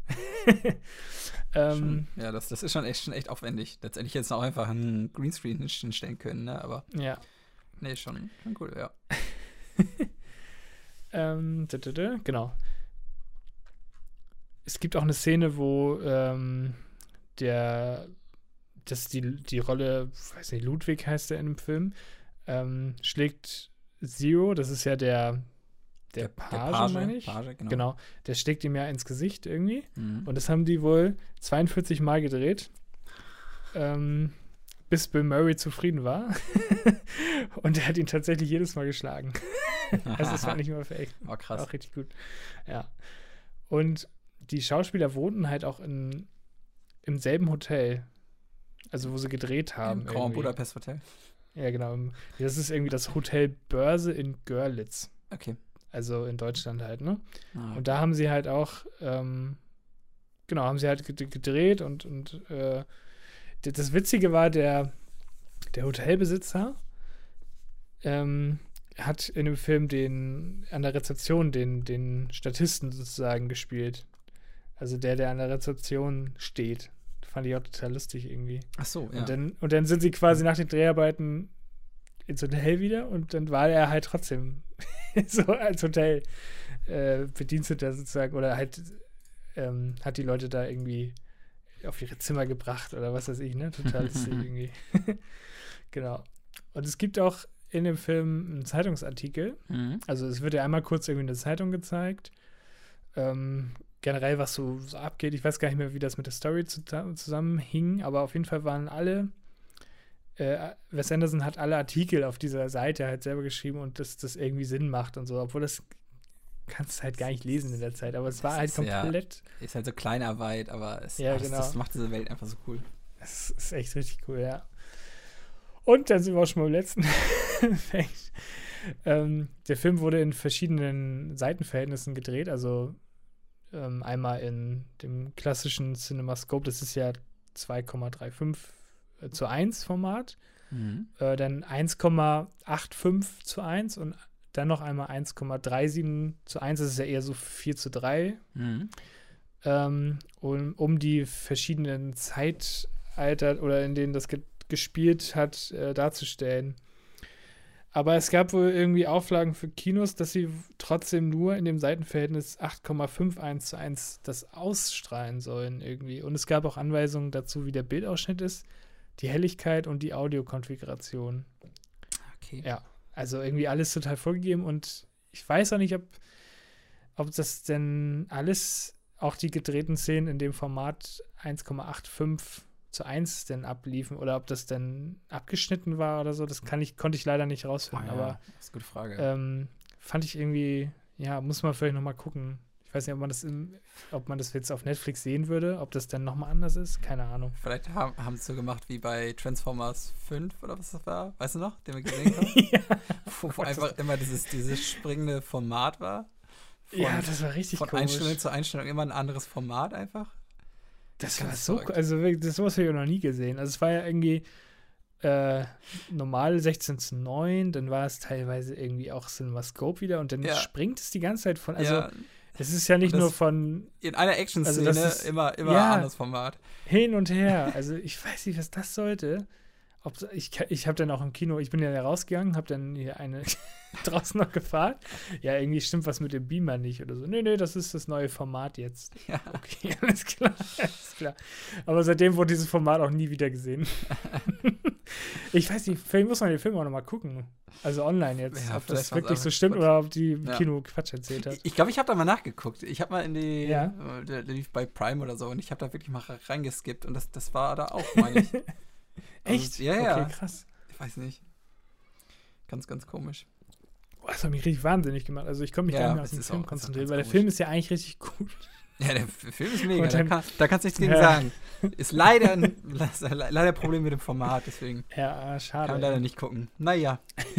Das ist schon echt aufwendig. Letztendlich jetzt auch einfach einen Greenscreen hinstellen können, ne? Aber nee, schon cool, ja. Genau. Es gibt auch eine Szene, wo die Rolle, weiß nicht, Ludwig heißt der in dem Film, schlägt Zero, das ist ja der Page, meine ich. Page, genau. Der schlägt ihm ja ins Gesicht irgendwie. Mhm. Und das haben die wohl 42 Mal gedreht, bis Bill Murray zufrieden war. Und er hat ihn tatsächlich jedes Mal geschlagen. Also das war nicht immer echt. Oh, krass. Auch richtig gut. Ja. Und die Schauspieler wohnten halt auch im selben Hotel. Also wo sie gedreht haben. Im Grand Budapest Hotel. Ja, genau. Das ist irgendwie das Hotel Börse in Görlitz. Okay. Also in Deutschland halt, ne? Okay. Und da haben sie halt auch, haben sie halt gedreht und das Witzige war, der Hotelbesitzer hat in dem Film an der Rezeption den Statisten sozusagen gespielt. Also der an der Rezeption steht. Fand ich auch total lustig irgendwie. Ach so, ja. Und dann sind sie quasi nach den Dreharbeiten ins Hotel wieder und dann war er halt trotzdem so als Hotel Bediensteter sozusagen oder halt hat die Leute da irgendwie auf ihre Zimmer gebracht oder was weiß ich, ne? Total lustig irgendwie. Genau. Und es gibt auch in dem Film einen Zeitungsartikel. Mhm. Also es wird ja einmal kurz irgendwie eine Zeitung gezeigt. Generell, was so abgeht. Ich weiß gar nicht mehr, wie das mit der Story zusammenhing, aber auf jeden Fall waren alle Wes Anderson hat alle Artikel auf dieser Seite halt selber geschrieben und dass das irgendwie Sinn macht und so, obwohl das kannst du halt gar nicht lesen in der Zeit, aber es war halt komplett. Ist halt so Kleinarbeit, aber das macht diese Welt einfach so cool. Es ist echt richtig cool, ja. Und dann sind wir auch schon beim letzten Fact. Der Film wurde in verschiedenen Seitenverhältnissen gedreht, also einmal in dem klassischen CinemaScope, das ist ja 2,35:1 Format, dann 1,85:1 und dann noch einmal 1,37:1, das ist ja eher so 4:3, um die verschiedenen Zeitalter oder in denen das gespielt hat, darzustellen. Aber es gab wohl irgendwie Auflagen für Kinos, dass sie trotzdem nur in dem Seitenverhältnis 8,51:1 das ausstrahlen sollen irgendwie. Und es gab auch Anweisungen dazu, wie der Bildausschnitt ist, die Helligkeit und die Audiokonfiguration. Okay. Ja, also irgendwie alles total vorgegeben und ich weiß auch nicht, ob das denn alles auch die gedrehten Szenen in dem Format 1,85:1 denn abliefen oder ob das denn abgeschnitten war oder so. Das konnte ich leider nicht rausfinden. Aber das ist eine gute Frage. fand ich irgendwie, ja, muss man vielleicht nochmal gucken. Ich weiß nicht, ob man das jetzt auf Netflix sehen würde, ob das dann nochmal anders ist. Keine Ahnung. Vielleicht haben es so gemacht wie bei Transformers 5 oder was das war. Weißt du noch, den wir gesehen haben? Ja. Wo einfach immer dieses springende Format war. Ja, das war richtig von komisch. Einstellung zu Einstellung immer ein anderes Format einfach. Das war so, also wirklich, sowas habe ich noch nie gesehen. Also es war ja irgendwie normal 16:9, dann war es teilweise irgendwie auch CinemaScope wieder und dann springt es die ganze Zeit von, also es ist ja nicht nur von in einer Action-Szene also immer ein anderes Format. Hin und her. Also ich weiß nicht, was das sollte. Ich habe dann auch im Kino, ich bin ja rausgegangen, habe dann hier eine draußen noch gefragt. Ja, irgendwie stimmt was mit dem Beamer nicht oder so. Nee, das ist das neue Format jetzt. Ja. Okay, alles klar. Aber seitdem wurde dieses Format auch nie wieder gesehen. Ich weiß nicht, vielleicht muss man den Film auch noch mal gucken. Also online jetzt, ob das wirklich so stimmt oder ob die im Kino Quatsch erzählt hat. Ich glaube, ich habe da mal nachgeguckt. Ich habe mal in die, der lief bei Prime oder so und ich habe da wirklich mal reingeskippt und das war da auch, meine ich. Echt? Also, ja. Okay, krass. Ich weiß nicht. Ganz, ganz komisch. Boah, das hat mich richtig wahnsinnig gemacht. Also ich konnte mich gar nicht mehr auf den Film konzentrieren, weil der Film ist ja eigentlich richtig gut. Ja, der Film ist mega. Da kannst du nichts gegen sagen. Ist leider ein Problem mit dem Format, deswegen ja, schade. Kann man leider nicht gucken. Naja.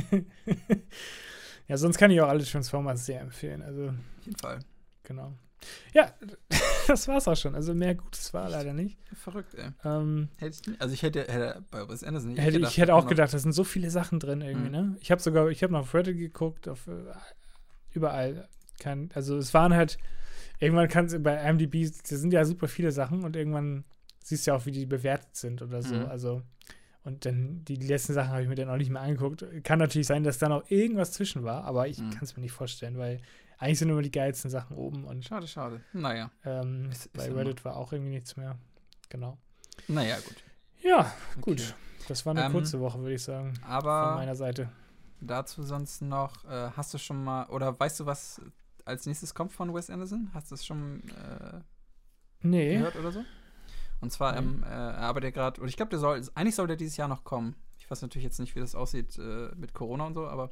Ja, sonst kann ich auch alle Transformers sehr empfehlen. Also, auf jeden Fall. Genau. Ja, das war's auch schon. Also mehr Gutes war leider nicht. Verrückt, ey. Ich hätte bei Wes Anderson nicht gedacht. Ich hätte auch gedacht, da sind so viele Sachen drin irgendwie, ne? Ich habe noch auf Reddit geguckt, auf überall. Also es waren halt, irgendwann kannst du bei IMDb, da sind ja super viele Sachen und irgendwann siehst du ja auch, wie die bewertet sind oder so. Also, und dann die letzten Sachen habe ich mir dann auch nicht mehr angeguckt. Kann natürlich sein, dass da noch irgendwas zwischen war, aber ich kann es mir nicht vorstellen, weil eigentlich sind immer die geilsten Sachen oben. Und schade. Naja. Bei Reddit war auch irgendwie nichts mehr. Genau. Naja, gut. Ja, gut. Okay. Das war eine kurze Woche, würde ich sagen. Aber von meiner Seite. Dazu sonst noch, hast du schon mal, oder weißt du, was als nächstes kommt von Wes Anderson? Hast du es schon gehört oder so? Und zwar, er arbeitet gerade, und ich glaube, eigentlich soll der dieses Jahr noch kommen. Ich weiß natürlich jetzt nicht, wie das aussieht mit Corona und so, aber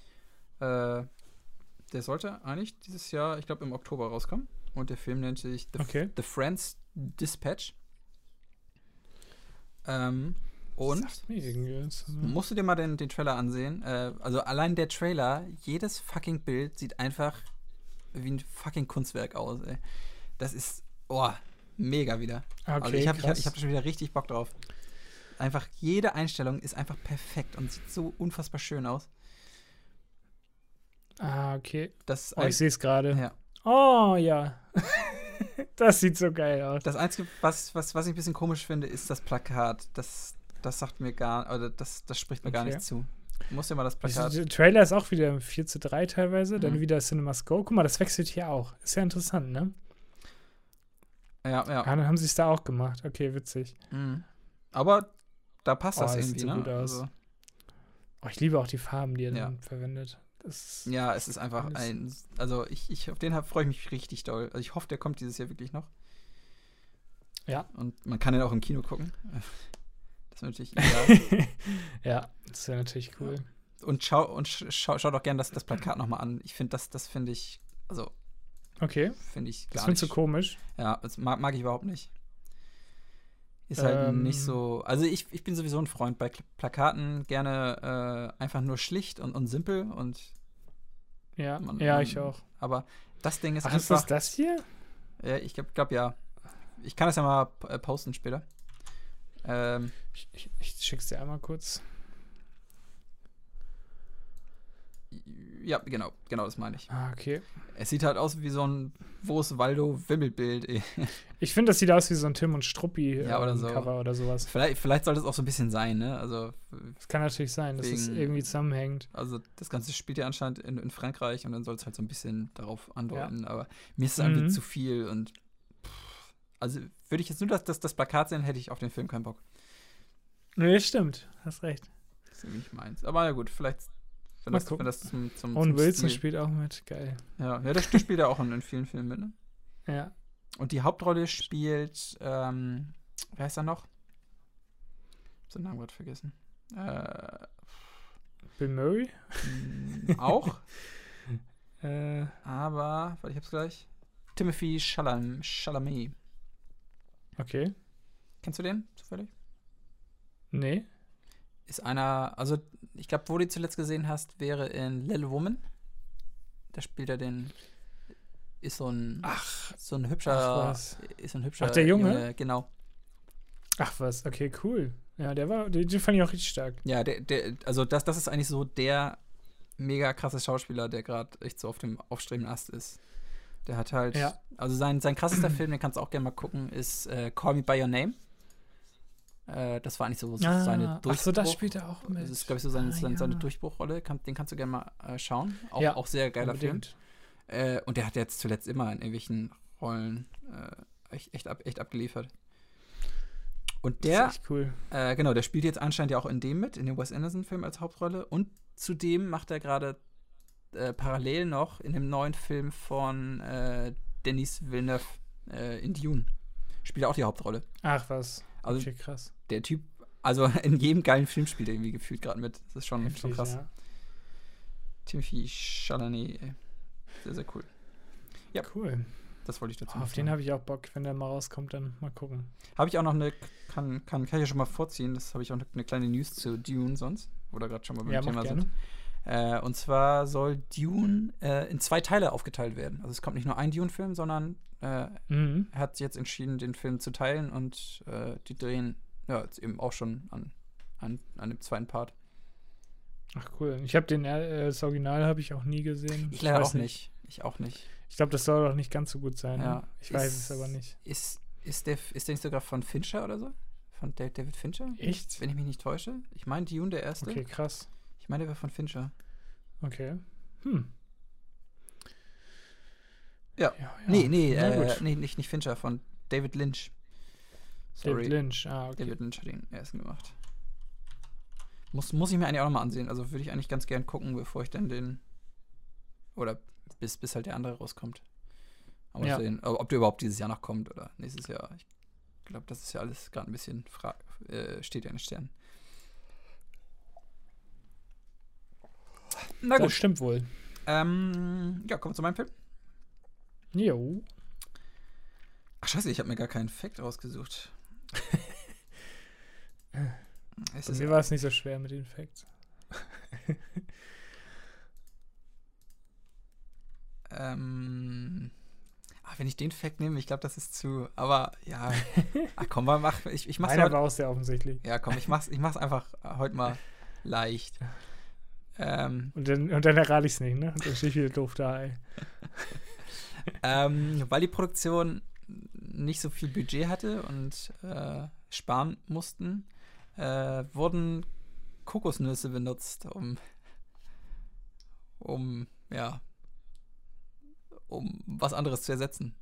der sollte eigentlich dieses Jahr, ich glaube, im Oktober rauskommen. Und der Film nennt sich The Friends Dispatch. Und musst du dir mal den Trailer ansehen. Also allein der Trailer, jedes fucking Bild sieht einfach wie ein fucking Kunstwerk aus, ey. Das ist, mega wieder. Okay, also ich hab schon wieder richtig Bock drauf. Einfach jede Einstellung ist einfach perfekt und sieht so unfassbar schön aus. Okay. Ich sehe es gerade. Ja. Oh, ja. Das sieht so geil aus. Das Einzige, was ich ein bisschen komisch finde, ist das Plakat. Das sagt mir das spricht mir gar nicht zu. Du musst ja mal das Plakat. Der Trailer ist auch wieder 4:3 teilweise, dann wieder CinemaScope. Guck mal, das wechselt hier auch. Ist ja interessant, ne? Ja. Dann haben sie es da auch gemacht. Okay, witzig. Aber da passt das irgendwie, sieht so ne? Gut aus. Ich liebe auch die Farben, die er dann verwendet. Es ist einfach also auf den freue ich mich richtig doll. Also ich hoffe, der kommt dieses Jahr wirklich noch. Ja. Und man kann den auch im Kino gucken. Das ist natürlich ideal. Ja, das wäre natürlich cool. Und schau doch gerne das Plakat nochmal an. Ich finde, das finde ich, also okay. Finde ich gar das findest du komisch? Ja, das mag ich überhaupt nicht. Ist halt nicht so. Also ich bin sowieso ein Freund bei Plakaten, gerne einfach nur schlicht und simpel und ich auch. Aber das Ding ist einfach. Ist das hier? Ja, ich glaube ja. Ich kann das ja mal posten später. Ich schick's dir einmal kurz. Ja, genau, das meine ich. Okay. Es sieht halt aus wie so ein Waldo-Wimmelbild. Ich finde, das sieht aus wie so ein Tim und Struppi oder so. Cover oder sowas. Vielleicht sollte es auch so ein bisschen sein, ne? Also das kann natürlich sein, dass es irgendwie zusammenhängt. Also das Ganze spielt ja anscheinend in Frankreich und dann soll es halt so ein bisschen darauf andeuten. Ja. Aber mir ist es irgendwie zu viel und also würde ich jetzt nur das Plakat sehen, hätte ich auf den Film keinen Bock. Nee, stimmt. Hast recht. Das ist irgendwie nicht meins. Aber ja gut, vielleicht wenn das zum Owen Wilson spielt auch mit. Geil. Ja, der spielt ja auch in vielen Filmen mit, ne? Ja. Und die Hauptrolle spielt, wer heißt er noch? Ich hab seinen Namen gerade vergessen. Bill Murray? Auch. Aber, warte, ich hab's gleich. Timothy Chalamet. Okay. Kennst du den zufällig? Nee. Ist einer, also ich glaube, wo du ihn zuletzt gesehen hast, wäre in Little Woman. Da spielt er den, ist so ein hübscher, Ach, der Junge? genau. Ach was, okay, cool. Ja, den fand ich auch richtig stark. Ja, also das ist eigentlich so der mega krasse Schauspieler, der gerade echt so auf dem aufstrebenden Ast ist. Der hat halt, also sein krassester Film, den kannst du auch gerne mal gucken, ist Call Me By Your Name. Das war eigentlich so seine Durchbruch. Ach so, das spielt er auch mit. Das ist, glaube ich, so seine Durchbruchrolle. Den kannst du gerne mal schauen. Auch sehr geiler unbedingt. Film. Und der hat jetzt zuletzt immer in irgendwelchen Rollen echt abgeliefert. Und der, das ist echt cool. Genau, der spielt jetzt anscheinend ja auch in dem mit, in dem Wes Anderson-Film als Hauptrolle. Und zudem macht er gerade parallel noch in dem neuen Film von Denis Villeneuve in Dune. Spielt er auch die Hauptrolle. Ach was. Also okay, krass. Der Typ, also in jedem geilen Film spielt er irgendwie gefühlt gerade mit. Das ist schon krass. Ja. Timothy Chalamet, sehr, sehr cool. Ja, cool. Das wollte ich dazu auf den habe ich auch Bock, wenn der mal rauskommt, dann mal gucken. Habe ich auch noch kann ich ja schon mal vorziehen, das habe ich auch eine kleine News zu Dune sonst, wo wir gerade schon mal beim Thema sind. Und zwar soll Dune in 2 Teile aufgeteilt werden. Also es kommt nicht nur ein Dune-Film, sondern er hat jetzt entschieden, den Film zu teilen und die drehen jetzt eben auch schon an dem zweiten Part. Ach cool. Ich habe das Original habe ich auch nie gesehen. Ich leider auch nicht. Ich auch nicht. Ich glaube, das soll doch nicht ganz so gut sein. Ja. Ne? Ich weiß es aber nicht. Ist der nicht sogar von Fincher oder so? Von David Fincher? Echt? Wenn ich mich nicht täusche. Ich meine, Dune, der erste. Okay, krass. Ich meine, der war von Fincher. Okay. Ja. Nee, nicht Fincher, von David Lynch. Sorry. David Lynch, okay. David Lynch hat den ersten gemacht. Muss ich mir eigentlich auch nochmal ansehen. Also würde ich eigentlich ganz gern gucken, bevor ich dann oder bis halt der andere rauskommt. Aber sehen, ob der überhaupt dieses Jahr noch kommt oder nächstes Jahr. Ich glaube, das ist ja alles gerade ein bisschen steht ja in den Sternen. Na gut. Das stimmt wohl. Kommen wir zu meinem Film. Jo. Ach scheiße, ich habe mir gar keinen Fact rausgesucht. Bei mir war es nicht so schwer mit den Facts. Wenn ich den Fact nehme, ich glaube, das ist zu. Aber ja, komm mal, mach. Ich mach's Meiner war auch sehr offensichtlich. Ja, komm, ich mach's einfach heute mal leicht. Und dann errate ich's nicht, ne? Und dann stehe ich wieder doof da, ey. Weil die Produktion nicht so viel Budget hatte und sparen mussten, wurden Kokosnüsse benutzt, um was anderes zu ersetzen.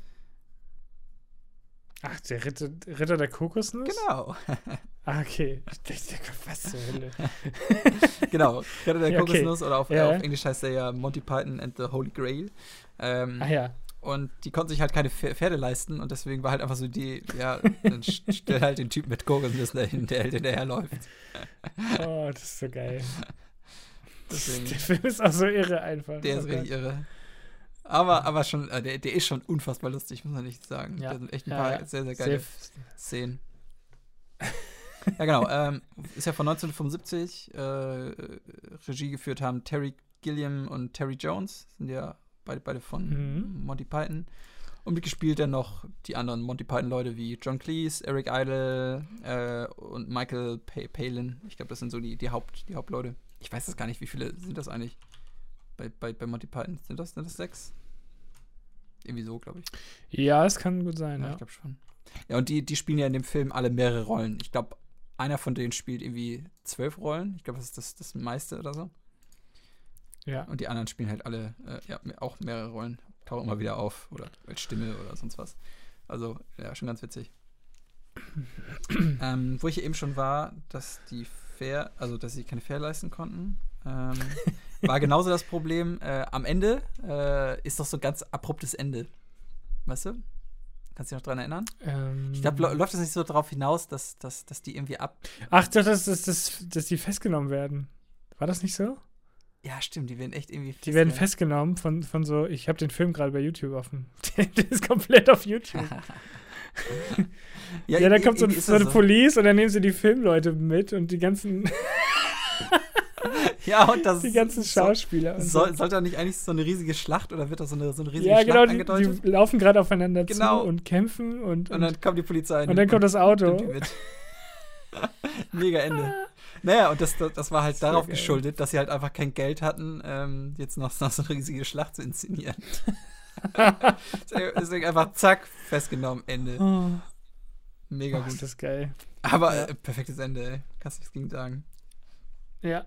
Ach, der Ritter der Kokosnuss? Genau. Okay. Ich dachte, was zur Hölle. Genau, Ritter der Kokosnuss oder auf Englisch heißt der ja Monty Python and the Holy Grail. Und die konnten sich halt keine Pferde leisten und deswegen war halt einfach so die, dann stell halt den Typ mit Kokosnüssen dahin, der hinterherläuft. Oh, das ist so geil. Deswegen, der Film ist auch so irre einfach. Der ist richtig irre. Aber schon, der ist schon unfassbar lustig, muss man nicht sagen. Ja. Da sind echt ein paar sehr, sehr geile Szenen. Ja, genau. Ist ja von 1975. Regie geführt haben Terry Gilliam und Terry Jones. Sind ja beide von Monty Python. Und mitgespielt dann noch die anderen Monty Python-Leute wie John Cleese, Eric Idle und Michael Palin. Ich glaube, das sind so die Hauptleute. Ich weiß das gar nicht, wie viele sind das eigentlich bei Monty Python? Sind das 6? Irgendwie so, glaube ich. Ja, es kann gut sein, ja. Ich glaube schon. Ja, und die spielen ja in dem Film alle mehrere Rollen. Ich glaube, einer von denen spielt irgendwie 12 Rollen. Ich glaube, das ist das meiste oder so. Ja. Und die anderen spielen halt alle auch mehrere Rollen. Tauchen immer wieder auf oder als Stimme oder sonst was. Also, ja, schon ganz witzig. Wo ich eben schon war, dass dass sie keine Fair leisten konnten, war genauso das Problem. Am Ende ist doch so ein ganz abruptes Ende. Weißt du? Kannst du dich noch dran erinnern? Ähm, Ich glaube, läuft das nicht so darauf hinaus, dass die irgendwie Ach, doch, dass die festgenommen werden. War das nicht so? Ja, stimmt, die werden echt irgendwie Die werden festgenommen von so, ich habe den Film gerade bei YouTube offen. Der ist komplett auf YouTube. Ja, da kommt so eine Police und dann nehmen sie die Filmleute mit und die ganzen Ja, und das die ganzen Schauspieler. Sollte da nicht eigentlich so eine riesige Schlacht oder wird da so eine riesige Schlacht angedeutet? Die laufen gerade aufeinander zu und kämpfen und dann kommt die Polizei. Und dann kommt das Auto. Mega Ende. Naja, und das war halt darauf geil. geschuldet, dass sie halt einfach kein Geld hatten, jetzt noch so eine riesige Schlacht zu inszenieren. Deswegen einfach zack, festgenommen, Ende. Oh. Mega gut. Ist das geil. Aber perfektes Ende, ey. Kannst du nichts gegen sagen. Ja.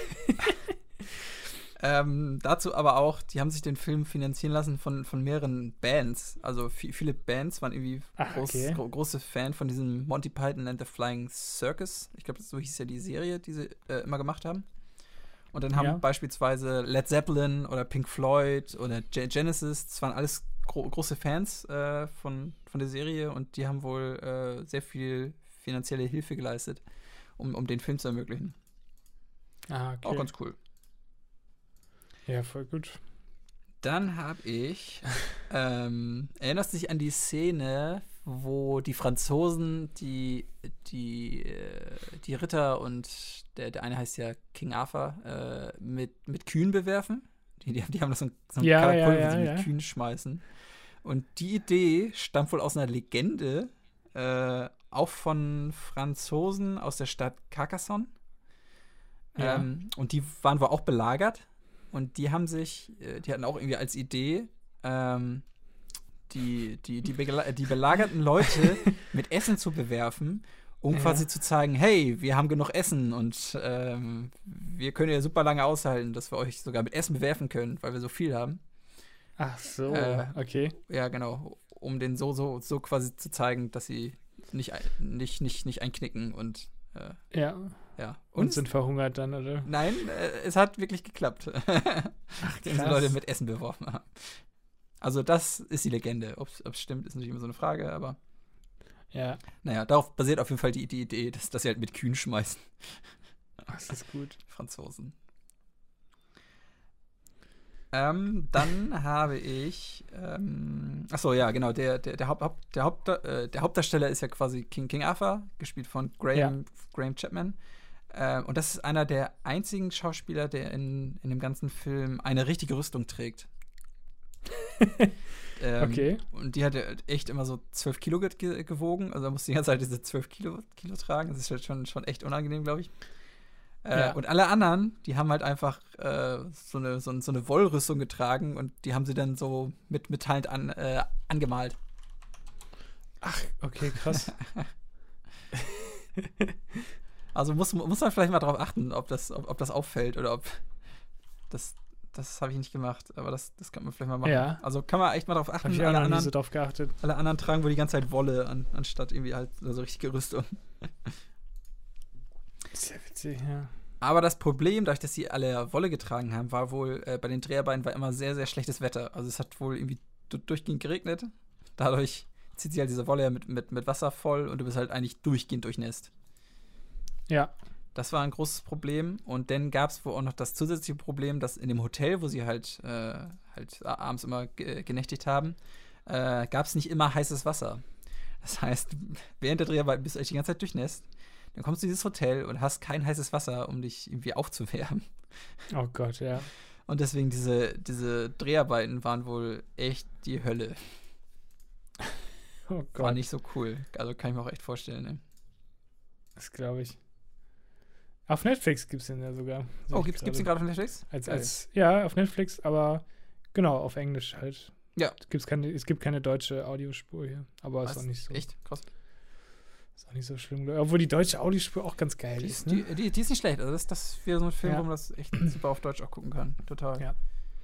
Dazu aber auch, die haben sich den Film finanzieren lassen von mehreren Bands. Also viele Bands waren irgendwie große Fan von diesem Monty Python and the Flying Circus. Ich glaube, so hieß ja die Serie, die sie immer gemacht haben. Und dann haben beispielsweise Led Zeppelin oder Pink Floyd oder Genesis, das waren alles große Fans von der Serie und die haben wohl sehr viel finanzielle Hilfe geleistet, um den Film zu ermöglichen. Ah, okay. Auch ganz cool. Ja, voll gut. Dann habe ich, erinnerst du dich an die Szene, wo die Franzosen die Ritter und der eine heißt ja King Arthur, mit Kühen bewerfen? Die haben das so ein Katapult, wo sie mit Kühen schmeißen. Und die Idee stammt wohl aus einer Legende, auch von Franzosen aus der Stadt Carcassonne. Ja. Und die waren wohl auch belagert. Und die hatten auch irgendwie als Idee, die belagerten Leute mit Essen zu bewerfen, um quasi zu zeigen, hey, wir haben genug Essen und wir können ja super lange aushalten, dass wir euch sogar mit Essen bewerfen können, weil wir so viel haben. Ach so, okay. Ja, genau. Um denen so quasi zu zeigen, dass sie nicht einknicken und ja. Und sind verhungert dann, oder? Nein, es hat wirklich geklappt. Ach, die Leute mit Essen beworfen haben. Also das ist die Legende. Ob es stimmt, ist natürlich immer so eine Frage, aber ja. Naja, darauf basiert auf jeden Fall die Idee, dass sie halt mit Kühen schmeißen. Das ist gut. Franzosen. Dann habe ich achso, ja, genau, der Hauptdarsteller ist ja quasi King Arthur, gespielt von Graham Chapman. Und das ist einer der einzigen Schauspieler, der in dem ganzen Film eine richtige Rüstung trägt. Okay. Und die hat echt immer so 12 Kilo gewogen. Also er musste die ganze Zeit diese 12 Kilo tragen. Das ist halt schon echt unangenehm, glaube ich. Und alle anderen, die haben halt einfach so eine Wollrüstung getragen und die haben sie dann so mit metallend angemalt. Ach, okay, krass. Also muss man vielleicht mal drauf achten, ob das auffällt oder ob das habe ich nicht gemacht, aber das kann man vielleicht mal machen. Ja. Also kann man echt mal drauf achten. Hab ich auch noch nie so drauf geachtet. Alle anderen tragen wohl die ganze Zeit Wolle, anstatt irgendwie halt so richtige Rüstung. Sehr witzig, ja. Aber das Problem, dadurch, dass sie alle Wolle getragen haben, war wohl, bei den Dreharbeiten war immer sehr, sehr schlechtes Wetter. Also es hat wohl irgendwie durchgehend geregnet. Dadurch zieht sie halt diese Wolle mit Wasser voll und du bist halt eigentlich durchgehend durchnässt. Ja. Das war ein großes Problem. Und dann gab es wohl auch noch das zusätzliche Problem, dass in dem Hotel, wo sie halt abends immer genächtigt haben, gab es nicht immer heißes Wasser. Das heißt, während der Dreharbeiten bist du eigentlich die ganze Zeit durchnässt. Dann kommst du in dieses Hotel und hast kein heißes Wasser, um dich irgendwie aufzuwärmen. Oh Gott, ja. Und deswegen diese Dreharbeiten waren wohl echt die Hölle. Oh Gott. War nicht so cool. Also kann ich mir auch echt vorstellen, ne? Das glaube ich. Auf Netflix gibt es den ja sogar. Oh, gibt's den gerade auf Netflix? Ja, auf Netflix, aber genau, auf Englisch halt. Ja. Es gibt keine deutsche Audiospur hier, aber ist auch nicht so. Echt? Krass. Ist auch nicht so schlimm. Obwohl die deutsche Audiospur auch ganz geil ist, ne? Die ist nicht schlecht. Also das ist wieder so ein Film, wo man das echt super auf Deutsch auch gucken kann. Total. Ja.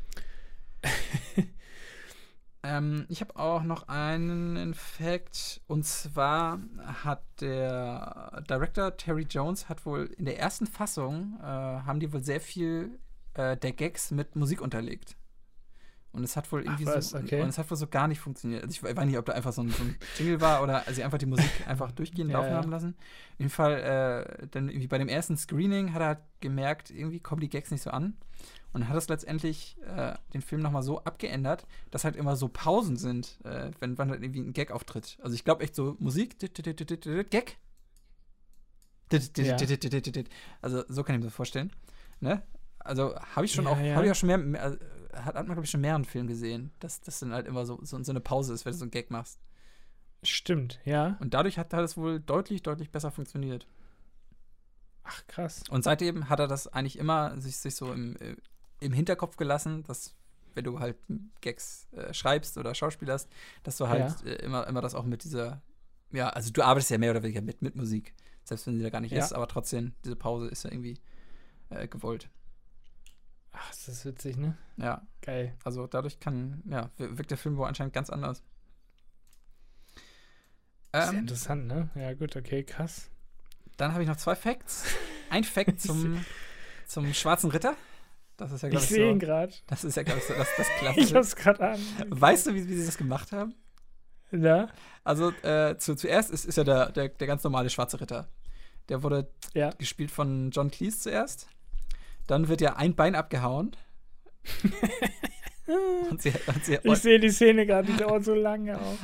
Ich habe auch noch einen Fact. Und zwar hat der Director Terry Jones hat wohl in der ersten Fassung haben die wohl sehr viel der Gags mit Musik unterlegt. Und es hat wohl irgendwie okay. und es hat wohl so gar nicht funktioniert. Also ich weiß nicht, ob da einfach so ein Jingle war oder sie einfach die Musik einfach durchgehend laufen haben lassen. Auf jeden Fall, dann irgendwie bei dem ersten Screening hat er halt gemerkt, irgendwie kommen die Gags nicht so an. Und hat es letztendlich den Film nochmal so abgeändert, dass halt immer so Pausen sind, wenn halt irgendwie ein Gag auftritt. Also ich glaube echt so Musik, Gag. Also so kann ich mir das vorstellen. Ne? Also habe ich schon auch schon mehr, hat man, glaube ich, schon mehreren Filmen gesehen, dass das dann halt immer so eine Pause ist, wenn du so einen Gag machst. Stimmt, ja. Und dadurch hat es wohl deutlich, deutlich besser funktioniert. Ach, krass. Und seitdem hat er das eigentlich immer sich so im Hinterkopf gelassen, dass, wenn du halt Gags schreibst oder schauspielerst, dass du halt immer das auch mit dieser, ja, also du arbeitest ja mehr oder weniger mit Musik, selbst wenn sie da gar nicht ist, aber trotzdem, diese Pause ist ja irgendwie gewollt. Ach, ist das witzig, ne? Ja. Geil. Also dadurch wirkt der Film wohl anscheinend ganz anders. Sehr interessant, ne? Ja, gut, okay, krass. Dann habe ich noch 2 Facts. Ein Fact zum Schwarzen Ritter. Das ist ja, glaube ich, sehe ihn gerade. Das ist ja, glaube ich, so das Klassische. Ich hab's gerade an. Weißt du, wie sie das gemacht haben? Ja. Also, zuerst ist ja der ganz normale Schwarze Ritter. Der wurde gespielt von John Cleese zuerst. Dann wird ja ein Bein abgehauen. Ich sehe die Szene gerade, die dauert so lange auch.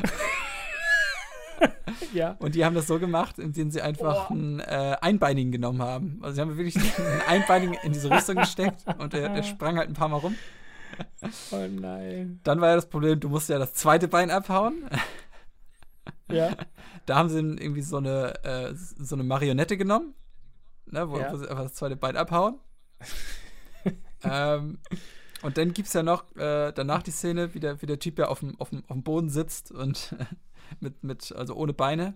Ja. Und die haben das so gemacht, indem sie einfach einen Einbeinigen genommen haben. Also sie haben wirklich einen Einbeinigen in diese Rüstung gesteckt und der sprang halt ein paar Mal rum. Oh nein. Dann war ja das Problem, du musst ja das zweite Bein abhauen. Ja. Da haben sie irgendwie so eine Marionette genommen, ne, wo sie einfach das zweite Bein abhauen. Und dann gibt es ja noch danach die Szene, wie der Typ ja auf dem Boden sitzt und also ohne Beine.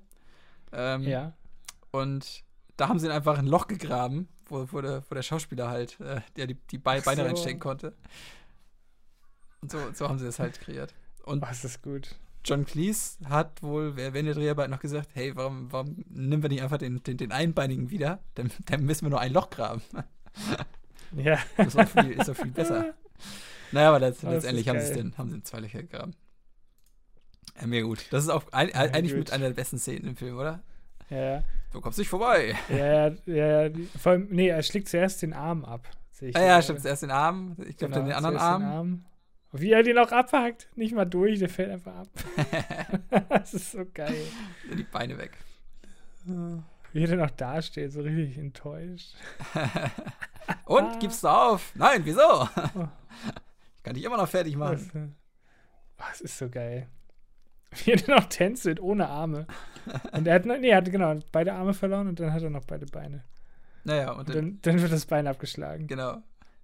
Und da haben sie ihn einfach ein Loch gegraben, wo der Schauspieler halt die Beine reinstecken konnte. Und so haben sie das halt kreiert. Und ist das gut. John Cleese hat wohl während der Dreharbeit noch gesagt, hey, warum nehmen wir nicht einfach den Einbeinigen wieder? Dann müssen wir nur ein Loch graben. Ja. Ist doch viel besser. Naja, aber letztendlich haben sie 2 Löcher gegraben. Mega gut. Das ist auch eigentlich mit einer der besten Szenen im Film, oder? Ja. Du kommst nicht vorbei. Ja. Vor allem, er schlägt zuerst den Arm ab. Stimmt, zuerst den Arm. Ich glaube, dann den anderen Arm. Wie er den auch abhackt. Nicht mal durch, der fällt einfach ab. Das ist so geil. Die Beine weg. Wie er dann auch dasteht, so richtig enttäuscht. Und, gibst du auf? Nein, wieso? Ich kann dich immer noch fertig machen. Das ist so geil. Wie er dann auch tänzelt, ohne Arme. Und er hat beide Arme verloren und dann hat er noch beide Beine. Naja, und dann wird das Bein abgeschlagen. Genau.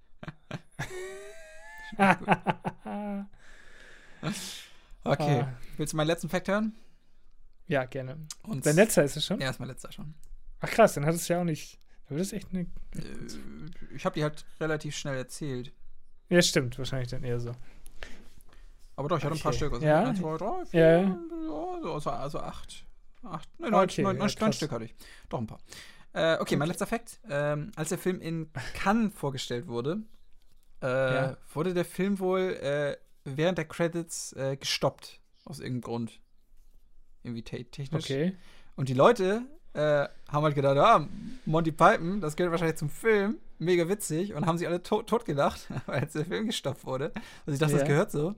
Okay, willst du meinen letzten Fact hören? Ja, gerne. Dein letzter ist es schon? Ja, ist mein letzter schon. Ach krass, dann hat es ja auch nicht. Aber das ist echt eine. Ich habe die halt relativ schnell erzählt. Ja, stimmt, wahrscheinlich dann eher so. Aber doch, ich hatte ein paar Stück. Also ja. 1, 2, 3, 4, also 8. 9 Stück hatte ich. Doch ein paar. Okay, mein letzter Fact. Als der Film in Cannes vorgestellt wurde, wurde der Film wohl während der Credits gestoppt. Aus irgendeinem Grund. Irgendwie technisch. Okay. Und die Leute haben halt gedacht, Monty Python, das gehört wahrscheinlich zum Film. Mega witzig. Und haben sich alle tot gelacht, weil jetzt der Film gestoppt wurde. Also ich dachte, das gehört so.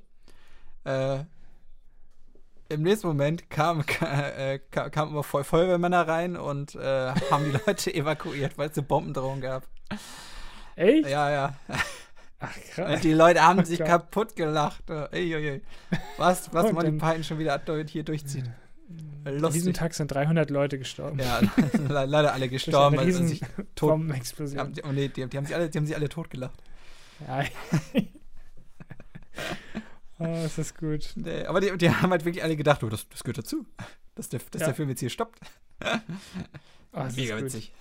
Im nächsten Moment kamen immer Feuerwehrmänner rein und haben die Leute evakuiert, weil es eine Bombendrohung gab. Echt? Ja. Ach, krass. Und die Leute haben sich kaputt gelacht. Was Monty Python schon wieder hier durchzieht. Lustig. An diesem Tag sind 300 Leute gestorben. Ja, leider alle gestorben. Weil sich Bombenexplosion. Die haben sich alle totgelacht. Ja. Das ist gut. Nee, aber die haben halt wirklich alle gedacht, das gehört dazu. Dass der Film jetzt hier stoppt. Mega witzig.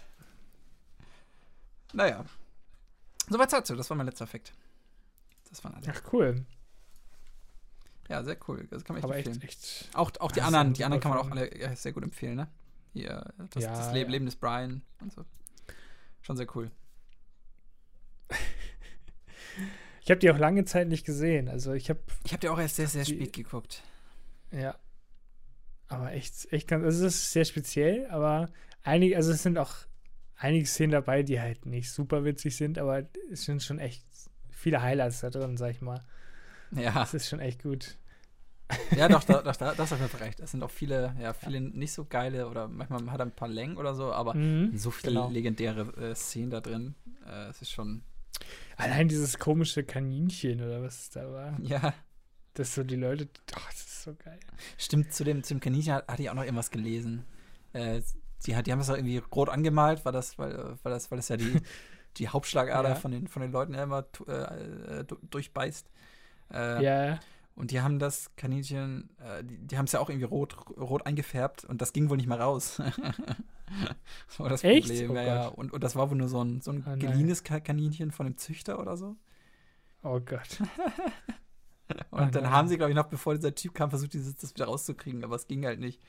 Naja. Soweit dazu. Das war mein letzter Effekt. Das waren alle. Ach, cool. Ja, sehr cool. Das kann man echt empfehlen. Echt. Auch die anderen kann man auch alle sehr gut empfehlen, ne? Hier, das Leben des Brian und so. Schon sehr cool. Ich habe die auch lange Zeit nicht gesehen. Also ich habe die auch erst sehr, sehr spät geguckt. Ja. Aber echt ganz, also es ist sehr speziell, aber es sind auch einige Szenen dabei, die halt nicht super witzig sind, aber es sind schon echt viele Highlights da drin, sag ich mal. Ja. Das ist schon echt gut. Ja, doch, das hast du recht. Es sind auch viele nicht so geile oder manchmal hat er ein paar Längen oder so, aber so viele legendäre Szenen da drin. Es ist schon. Allein dieses komische Kaninchen oder was es da war. Ja. Dass so die Leute. Das ist so geil. Stimmt, zu dem Kaninchen hatte ich auch noch irgendwas gelesen. Die haben das auch irgendwie rot angemalt, weil das ja die Hauptschlagader von den Leuten ja immer durchbeißt. Ja. Und die haben das Kaninchen, die haben es ja auch irgendwie rot eingefärbt und das ging wohl nicht mehr raus. Das war das Echt? Problem. Oh ja. Und das war wohl nur so ein geliehenes Kaninchen von einem Züchter oder so. Oh Gott. Und dann haben sie, glaube ich, noch bevor dieser Typ kam, versucht, das wieder rauszukriegen, aber es ging halt nicht.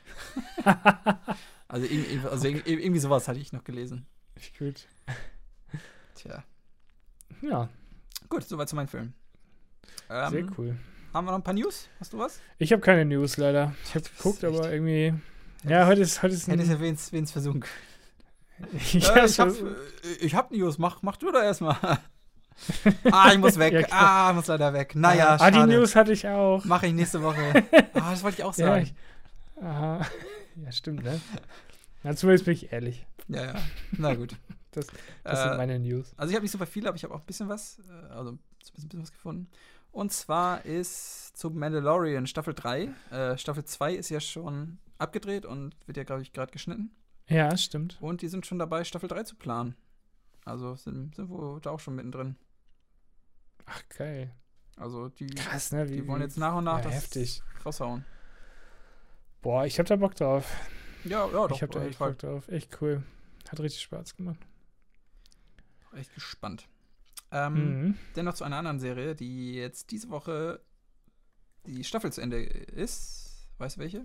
Also irgendwie sowas hatte ich noch gelesen. Echt gut. Tja. Ja. Gut, soweit zu meinem Film. Sehr cool. Haben wir noch ein paar News? Hast du was? Ich habe keine News, leider. Ich habe geguckt, aber irgendwie. Ja, heute ist Hättest ja wen's versuchen können. Ich hab News. Mach du da erstmal. Ich muss weg. Ich muss leider weg. Naja, schade. Die News hatte ich auch. Mache ich nächste Woche. Das wollte ich auch sagen. Ja, stimmt, ne? Na, zumindest bin ich ehrlich. Ja. Na gut. Das sind meine News. Also ich habe nicht super viele, aber ich habe auch ein bisschen was. Also ein bisschen was gefunden. Und zwar ist zu Mandalorian Staffel 3. Staffel 2 ist ja schon abgedreht und wird ja, glaube ich, gerade geschnitten. Ja, stimmt. Und die sind schon dabei, Staffel 3 zu planen. Also sind wir da auch schon mittendrin. Ach, geil. Also krass, ne? Die wollen jetzt nach und nach das heftig raushauen. Boah, ich hab da Bock drauf. Ja, doch. Ich hab da echt Bock drauf. Echt cool. Hat richtig Spaß gemacht. Echt gespannt. Dennoch zu einer anderen Serie, die jetzt diese Woche die Staffel zu Ende ist. Weißt du welche?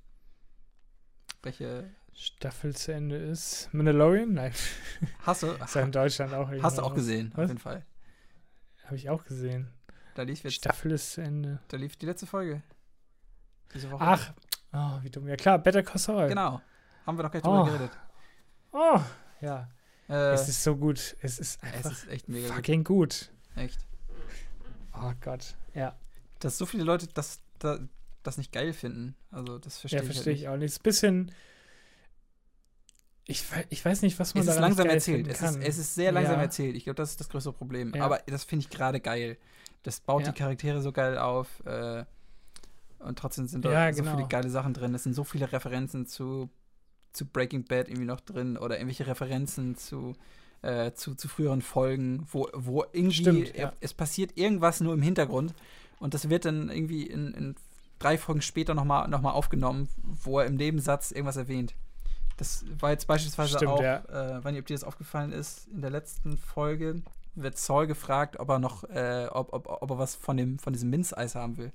Welche Staffel zu Ende ist? Mandalorian? Nein. Hast du? Ist ja in Deutschland auch Hast du auch gesehen, auf jeden Fall. Habe ich auch gesehen. Da lief jetzt Staffel ist zu Ende. Da lief die letzte Folge. Diese Woche. Ach, wie dumm. Ja klar, Better Call Saul. Genau. Haben wir noch gleich drüber geredet. Ja. Es ist so gut. Es ist einfach echt mega fucking gut. Echt. Oh Gott, ja. Dass so viele Leute das nicht geil finden. Also das verstehe ich verstehe ich auch nicht. Es ist ein bisschen. Ich weiß nicht, was man da langsam geil erzählt. Kann. Es ist sehr langsam erzählt. Ich glaube, das ist das größte Problem. Ja. Aber das finde ich gerade geil. Das baut die Charaktere so geil auf. Und trotzdem sind da so viele geile Sachen drin. Es sind so viele Referenzen zu Breaking Bad irgendwie noch drin oder irgendwelche Referenzen zu früheren Folgen, wo irgendwie es passiert irgendwas nur im Hintergrund und das wird dann irgendwie in 3 Folgen später noch mal aufgenommen, wo er im Nebensatz irgendwas erwähnt. Das war jetzt beispielsweise Stimmt, auch, weiß nicht, ob dir das aufgefallen ist, in der letzten Folge wird Saul gefragt, ob er noch, ob er was von diesem Minzeis haben will.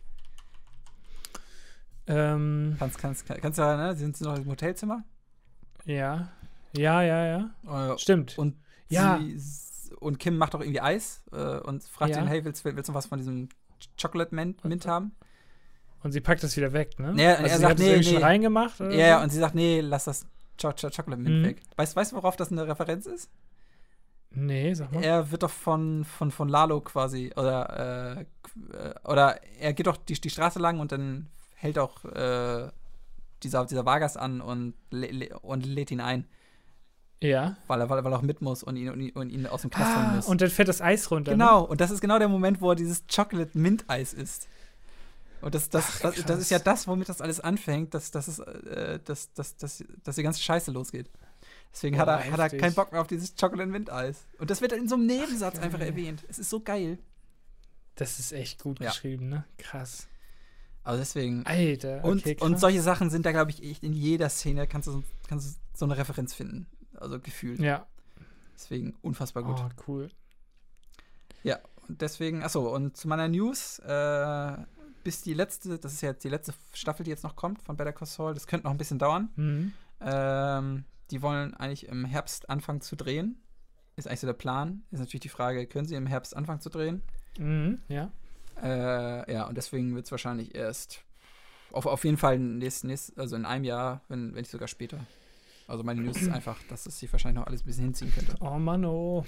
Kannst du ja, ne? Sind sie noch im Hotelzimmer? Ja. Stimmt. Und und Kim macht auch irgendwie Eis und fragt ihn, hey, willst du noch was von diesem Chocolate Mint haben? Und sie packt das wieder weg, ne? Ja, also er sagt, nee. Schon reingemacht? Oder ja, so? Und sie sagt, nee, lass das Chocolate Mint weg. Weißt du, worauf das eine Referenz ist? Nee, sag mal. Er wird doch von Lalo quasi, oder er geht doch die Straße lang und dann hält auch dieser Vargas an und lädt ihn ein. Ja. Weil er auch mit muss und ihn aus dem Knast holen muss. Und dann fährt das Eis runter. Genau, ne? Und das ist genau der Moment, wo er dieses Chocolate Mint Eis isst. Und das ist ja das, womit das alles anfängt, dass die ganze Scheiße losgeht. Deswegen hat er keinen Bock mehr auf dieses Chocolate Mint Eis. Und das wird in so einem Nebensatz einfach erwähnt. Es ist so geil. Das ist echt gut geschrieben, ne? Krass. Also deswegen. Alter, okay, und solche Sachen sind da, glaube ich, echt in jeder Szene kannst du so eine Referenz finden. Also gefühlt. Ja. Deswegen unfassbar gut. Oh, cool. Ja, und deswegen, und zu meiner News, bis das ist jetzt die letzte Staffel, die jetzt noch kommt von Better Call Saul, das könnte noch ein bisschen dauern. Mhm. Die wollen eigentlich im Herbst anfangen zu drehen. Ist eigentlich so der Plan. Ist natürlich die Frage, können sie im Herbst anfangen zu drehen? Ja. Ja, und deswegen wird es wahrscheinlich erst auf jeden Fall also in einem Jahr, wenn nicht sogar später. Also meine News ist einfach, dass es sich wahrscheinlich noch alles ein bisschen hinziehen könnte. Oh Mann, oh.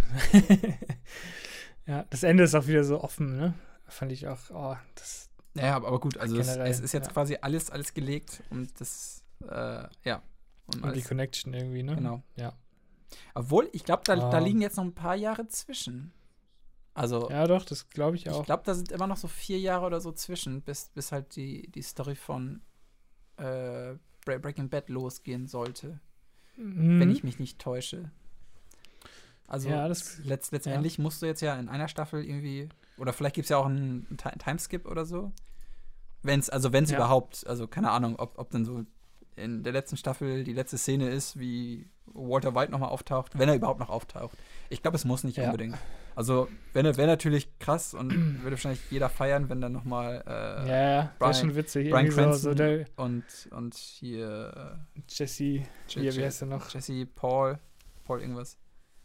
Ja, das Ende ist auch wieder so offen, ne? Fand ich auch, das. Ja, aber gut, also es ist jetzt ja. quasi alles gelegt und das, ja. Und die Connection irgendwie, ne? Genau. Ja. Obwohl, ich glaube, da liegen jetzt noch ein paar Jahre zwischen. Also. Ja, doch, das glaube ich auch. Ich glaube, da sind immer noch so 4 Jahre oder so zwischen, bis halt die Story von Breaking Bad losgehen sollte. Wenn ich mich nicht täusche. Also ja, letztendlich musst du jetzt ja in einer Staffel irgendwie, oder vielleicht gibt es ja auch einen Timeskip oder so. Wenn es überhaupt, also keine Ahnung, ob dann so in der letzten Staffel die letzte Szene ist, wie Walter White nochmal auftaucht, wenn er überhaupt noch auftaucht. Ich glaube, es muss nicht unbedingt. Also, wäre natürlich krass und würde wahrscheinlich jeder feiern, wenn dann nochmal Brian, schon witzig. Brian Cranston und hier Jesse, wie heißt er noch? Jesse Paul irgendwas.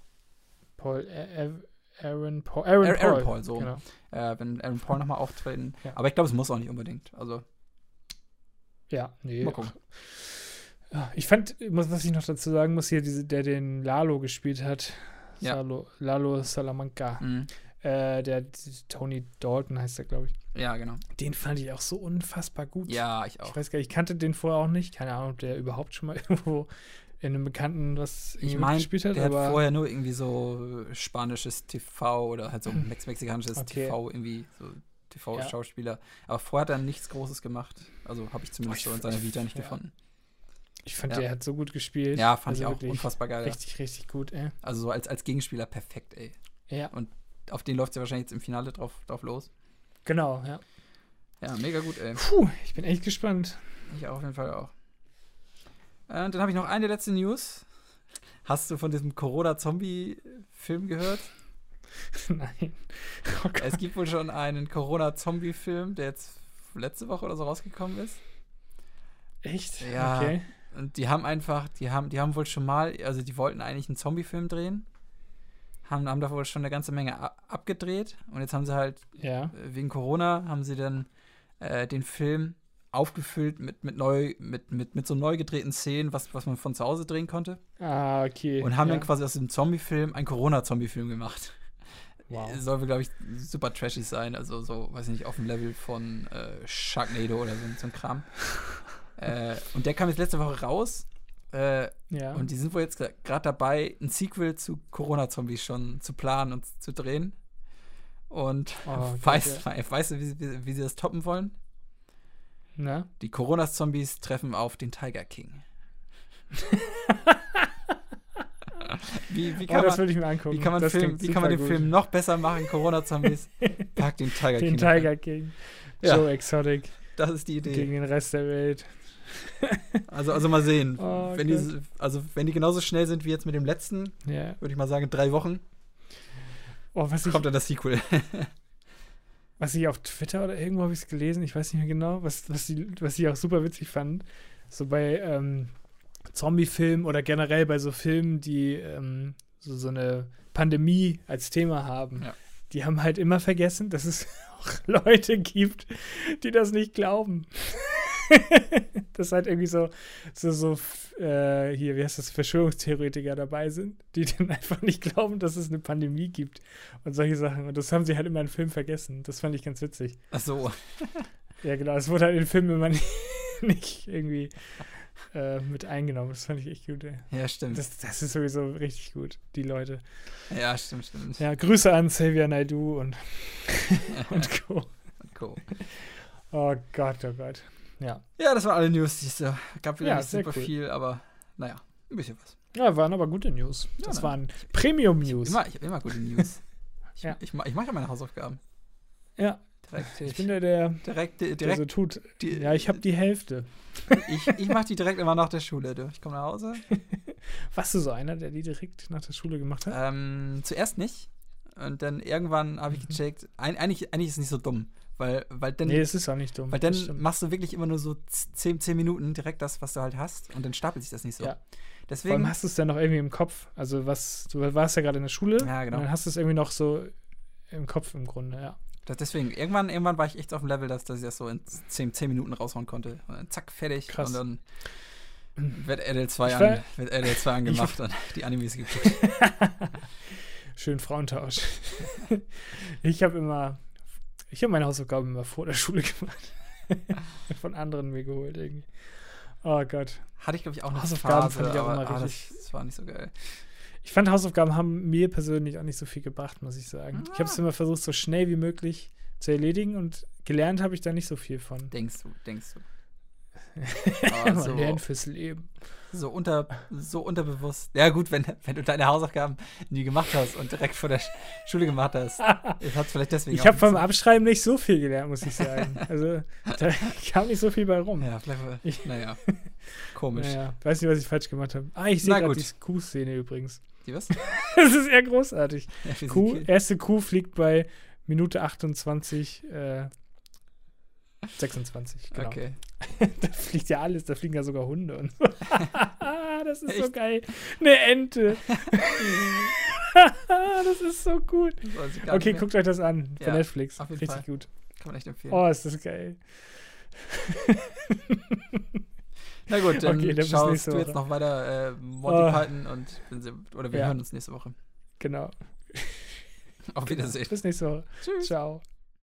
Aaron Paul, so. Genau. Wenn Aaron Paul nochmal auftreten. Ja. Aber ich glaube, es muss auch nicht unbedingt. Also. Ja, nee. Mal gucken. Ich fand, was ich noch dazu sagen muss, hier, der den Lalo gespielt hat. Ja. Lalo Salamanca. Der Tony Dalton heißt er, glaube ich. Ja, genau. Den fand ich auch so unfassbar gut. Ja, ich auch. Ich weiß gar nicht, ich kannte den vorher auch nicht. Keine Ahnung, ob der überhaupt schon mal irgendwo in einem Bekannten was gespielt hat. Der hat vorher nur irgendwie so spanisches TV oder halt so mexikanisches TV, irgendwie so TV-Schauspieler. Aber vorher hat er nichts Großes gemacht. Also habe ich zumindest so in seiner Vita nicht gefunden. Ich fand, der hat so gut gespielt. Ja, fand ich auch unfassbar geil. Richtig, richtig gut, ey. Also so als Gegenspieler perfekt, ey. Ja. Und auf den läuft es ja wahrscheinlich jetzt im Finale drauf los. Genau, ja. Ja, mega gut, ey. Puh, ich bin echt gespannt. Ich auf jeden Fall auch. Und dann habe ich noch eine letzte News. Hast du von diesem Corona-Zombie-Film gehört? Nein. Oh, es gibt wohl schon einen Corona-Zombie-Film, der jetzt letzte Woche oder so rausgekommen ist. Echt? Ja. Okay. Und die haben wohl schon mal, also die wollten eigentlich einen Zombie-Film drehen, haben da wohl schon eine ganze Menge abgedreht und jetzt haben sie halt, wegen Corona, haben sie dann den Film aufgefüllt mit so neu gedrehten Szenen, was man von zu Hause drehen konnte. Ah, okay. Und haben dann quasi aus dem Zombie-Film einen Corona-Zombie-Film gemacht. Wow. Soll wohl, glaube ich, super trashig sein, also so, weiß ich nicht, auf dem Level von Sharknado oder so ein Kram. Und der kam jetzt letzte Woche raus. Und die sind wohl jetzt gerade dabei, ein Sequel zu Corona-Zombies schon zu planen und zu drehen. Und weißt du, wie sie das toppen wollen? Na? Die Corona-Zombies treffen auf den Tiger King. Das würde ich mir angucken. Wie kann man den Film noch besser machen? Corona-Zombies, pack den Tiger King. Den Tiger King. Joe Exotic. Das ist die Idee. Gegen den Rest der Welt. Also mal sehen. Wenn die genauso schnell sind wie jetzt mit dem letzten, würde ich mal sagen, 3 Wochen kommt dann das Sequel. Was ich auf Twitter oder irgendwo habe ich es gelesen, ich weiß nicht mehr genau, was ich auch super witzig fand, so bei Zombie-Filmen oder generell bei so Filmen, die so eine Pandemie als Thema haben, die haben halt immer vergessen, dass es auch Leute gibt, die das nicht glauben. Dass halt irgendwie so hier, wie heißt das, Verschwörungstheoretiker dabei sind, die dann einfach nicht glauben, dass es eine Pandemie gibt und solche Sachen. Und das haben sie halt immer im Film vergessen. Das fand ich ganz witzig. Ach so. Ja, genau. Es wurde halt in Filmen immer nicht irgendwie mit eingenommen. Das fand ich echt gut, ey. Ja, stimmt. Das ist sowieso richtig gut, die Leute. Ja, stimmt. Ja, Grüße an Xavier Naidoo und Co. Oh Gott, oh Gott. Ja, das waren alle News, die es gab wieder nicht super cool. viel, aber naja, ein bisschen was. Ja, waren aber gute News. Das waren Premium-News. Ich habe immer gute News. Ich mache ja meine Hausaufgaben. Ja. Ich bin der direkt so tut. Ich habe die Hälfte. Ich mache die direkt immer nach der Schule. Ich komme nach Hause. Warst du so einer, der die direkt nach der Schule gemacht hat? Zuerst nicht. Und dann irgendwann habe ich gecheckt, eigentlich ist es nicht so dumm. Weil dann, es ist auch nicht dumm. Weil dann machst du wirklich immer nur so 10 Minuten direkt das, was du halt hast. Und dann stapelt sich das nicht so. Ja. Deswegen, vor allem hast du es dann noch irgendwie im Kopf. Also du warst ja gerade in der Schule. Ja, genau. Und dann hast du es irgendwie noch so im Kopf im Grunde, ja. Deswegen, irgendwann war ich echt auf dem Level, dass ich das so in 10 Minuten raushauen konnte. Und dann zack, fertig. Krass. Und dann wird RTL 2 angemacht und die Animes geguckt. Schön Frauentausch. Ich habe meine Hausaufgaben immer vor der Schule gemacht. Von anderen mir geholt irgendwie. Oh Gott. Hatte ich, glaube ich, auch eine Hausaufgaben Phase, fand ich auch aber immer richtig. das war nicht so geil. Ich fand, Hausaufgaben haben mir persönlich auch nicht so viel gebracht, muss ich sagen. Ich habe es immer versucht, so schnell wie möglich zu erledigen und gelernt habe ich da nicht so viel von. Denkst du. Man lernt fürs Leben. So unterbewusst. Ja gut, wenn du deine Hausaufgaben nie gemacht hast und direkt vor der Schule gemacht hast, hat es vielleicht deswegen Ich habe vom Abschreiben nicht so viel gelernt, muss ich sagen. Also da kam nicht so viel bei rum. Ja, vielleicht, naja, komisch. Naja, weiß nicht, was ich falsch gemacht habe. Ich sehe gerade die Kuhszene übrigens. Die was? Das ist eher großartig. Ja, erste Kuh fliegt bei Minute 28, 26, genau. Okay. Da fliegt ja alles, da fliegen ja sogar Hunde und so. Das ist so geil. Eine Ente. Das ist so gut. Okay, guckt euch das an. Von Netflix. Auf jeden Richtig Fall. gut. Kann man echt empfehlen. Oh, ist das geil. Na gut, dann schaust du Woche. jetzt noch weiter Monty Python und wir hören uns nächste Woche. Genau. Auf Wiedersehen. Bis nächste Woche. Tschüss. Ciao.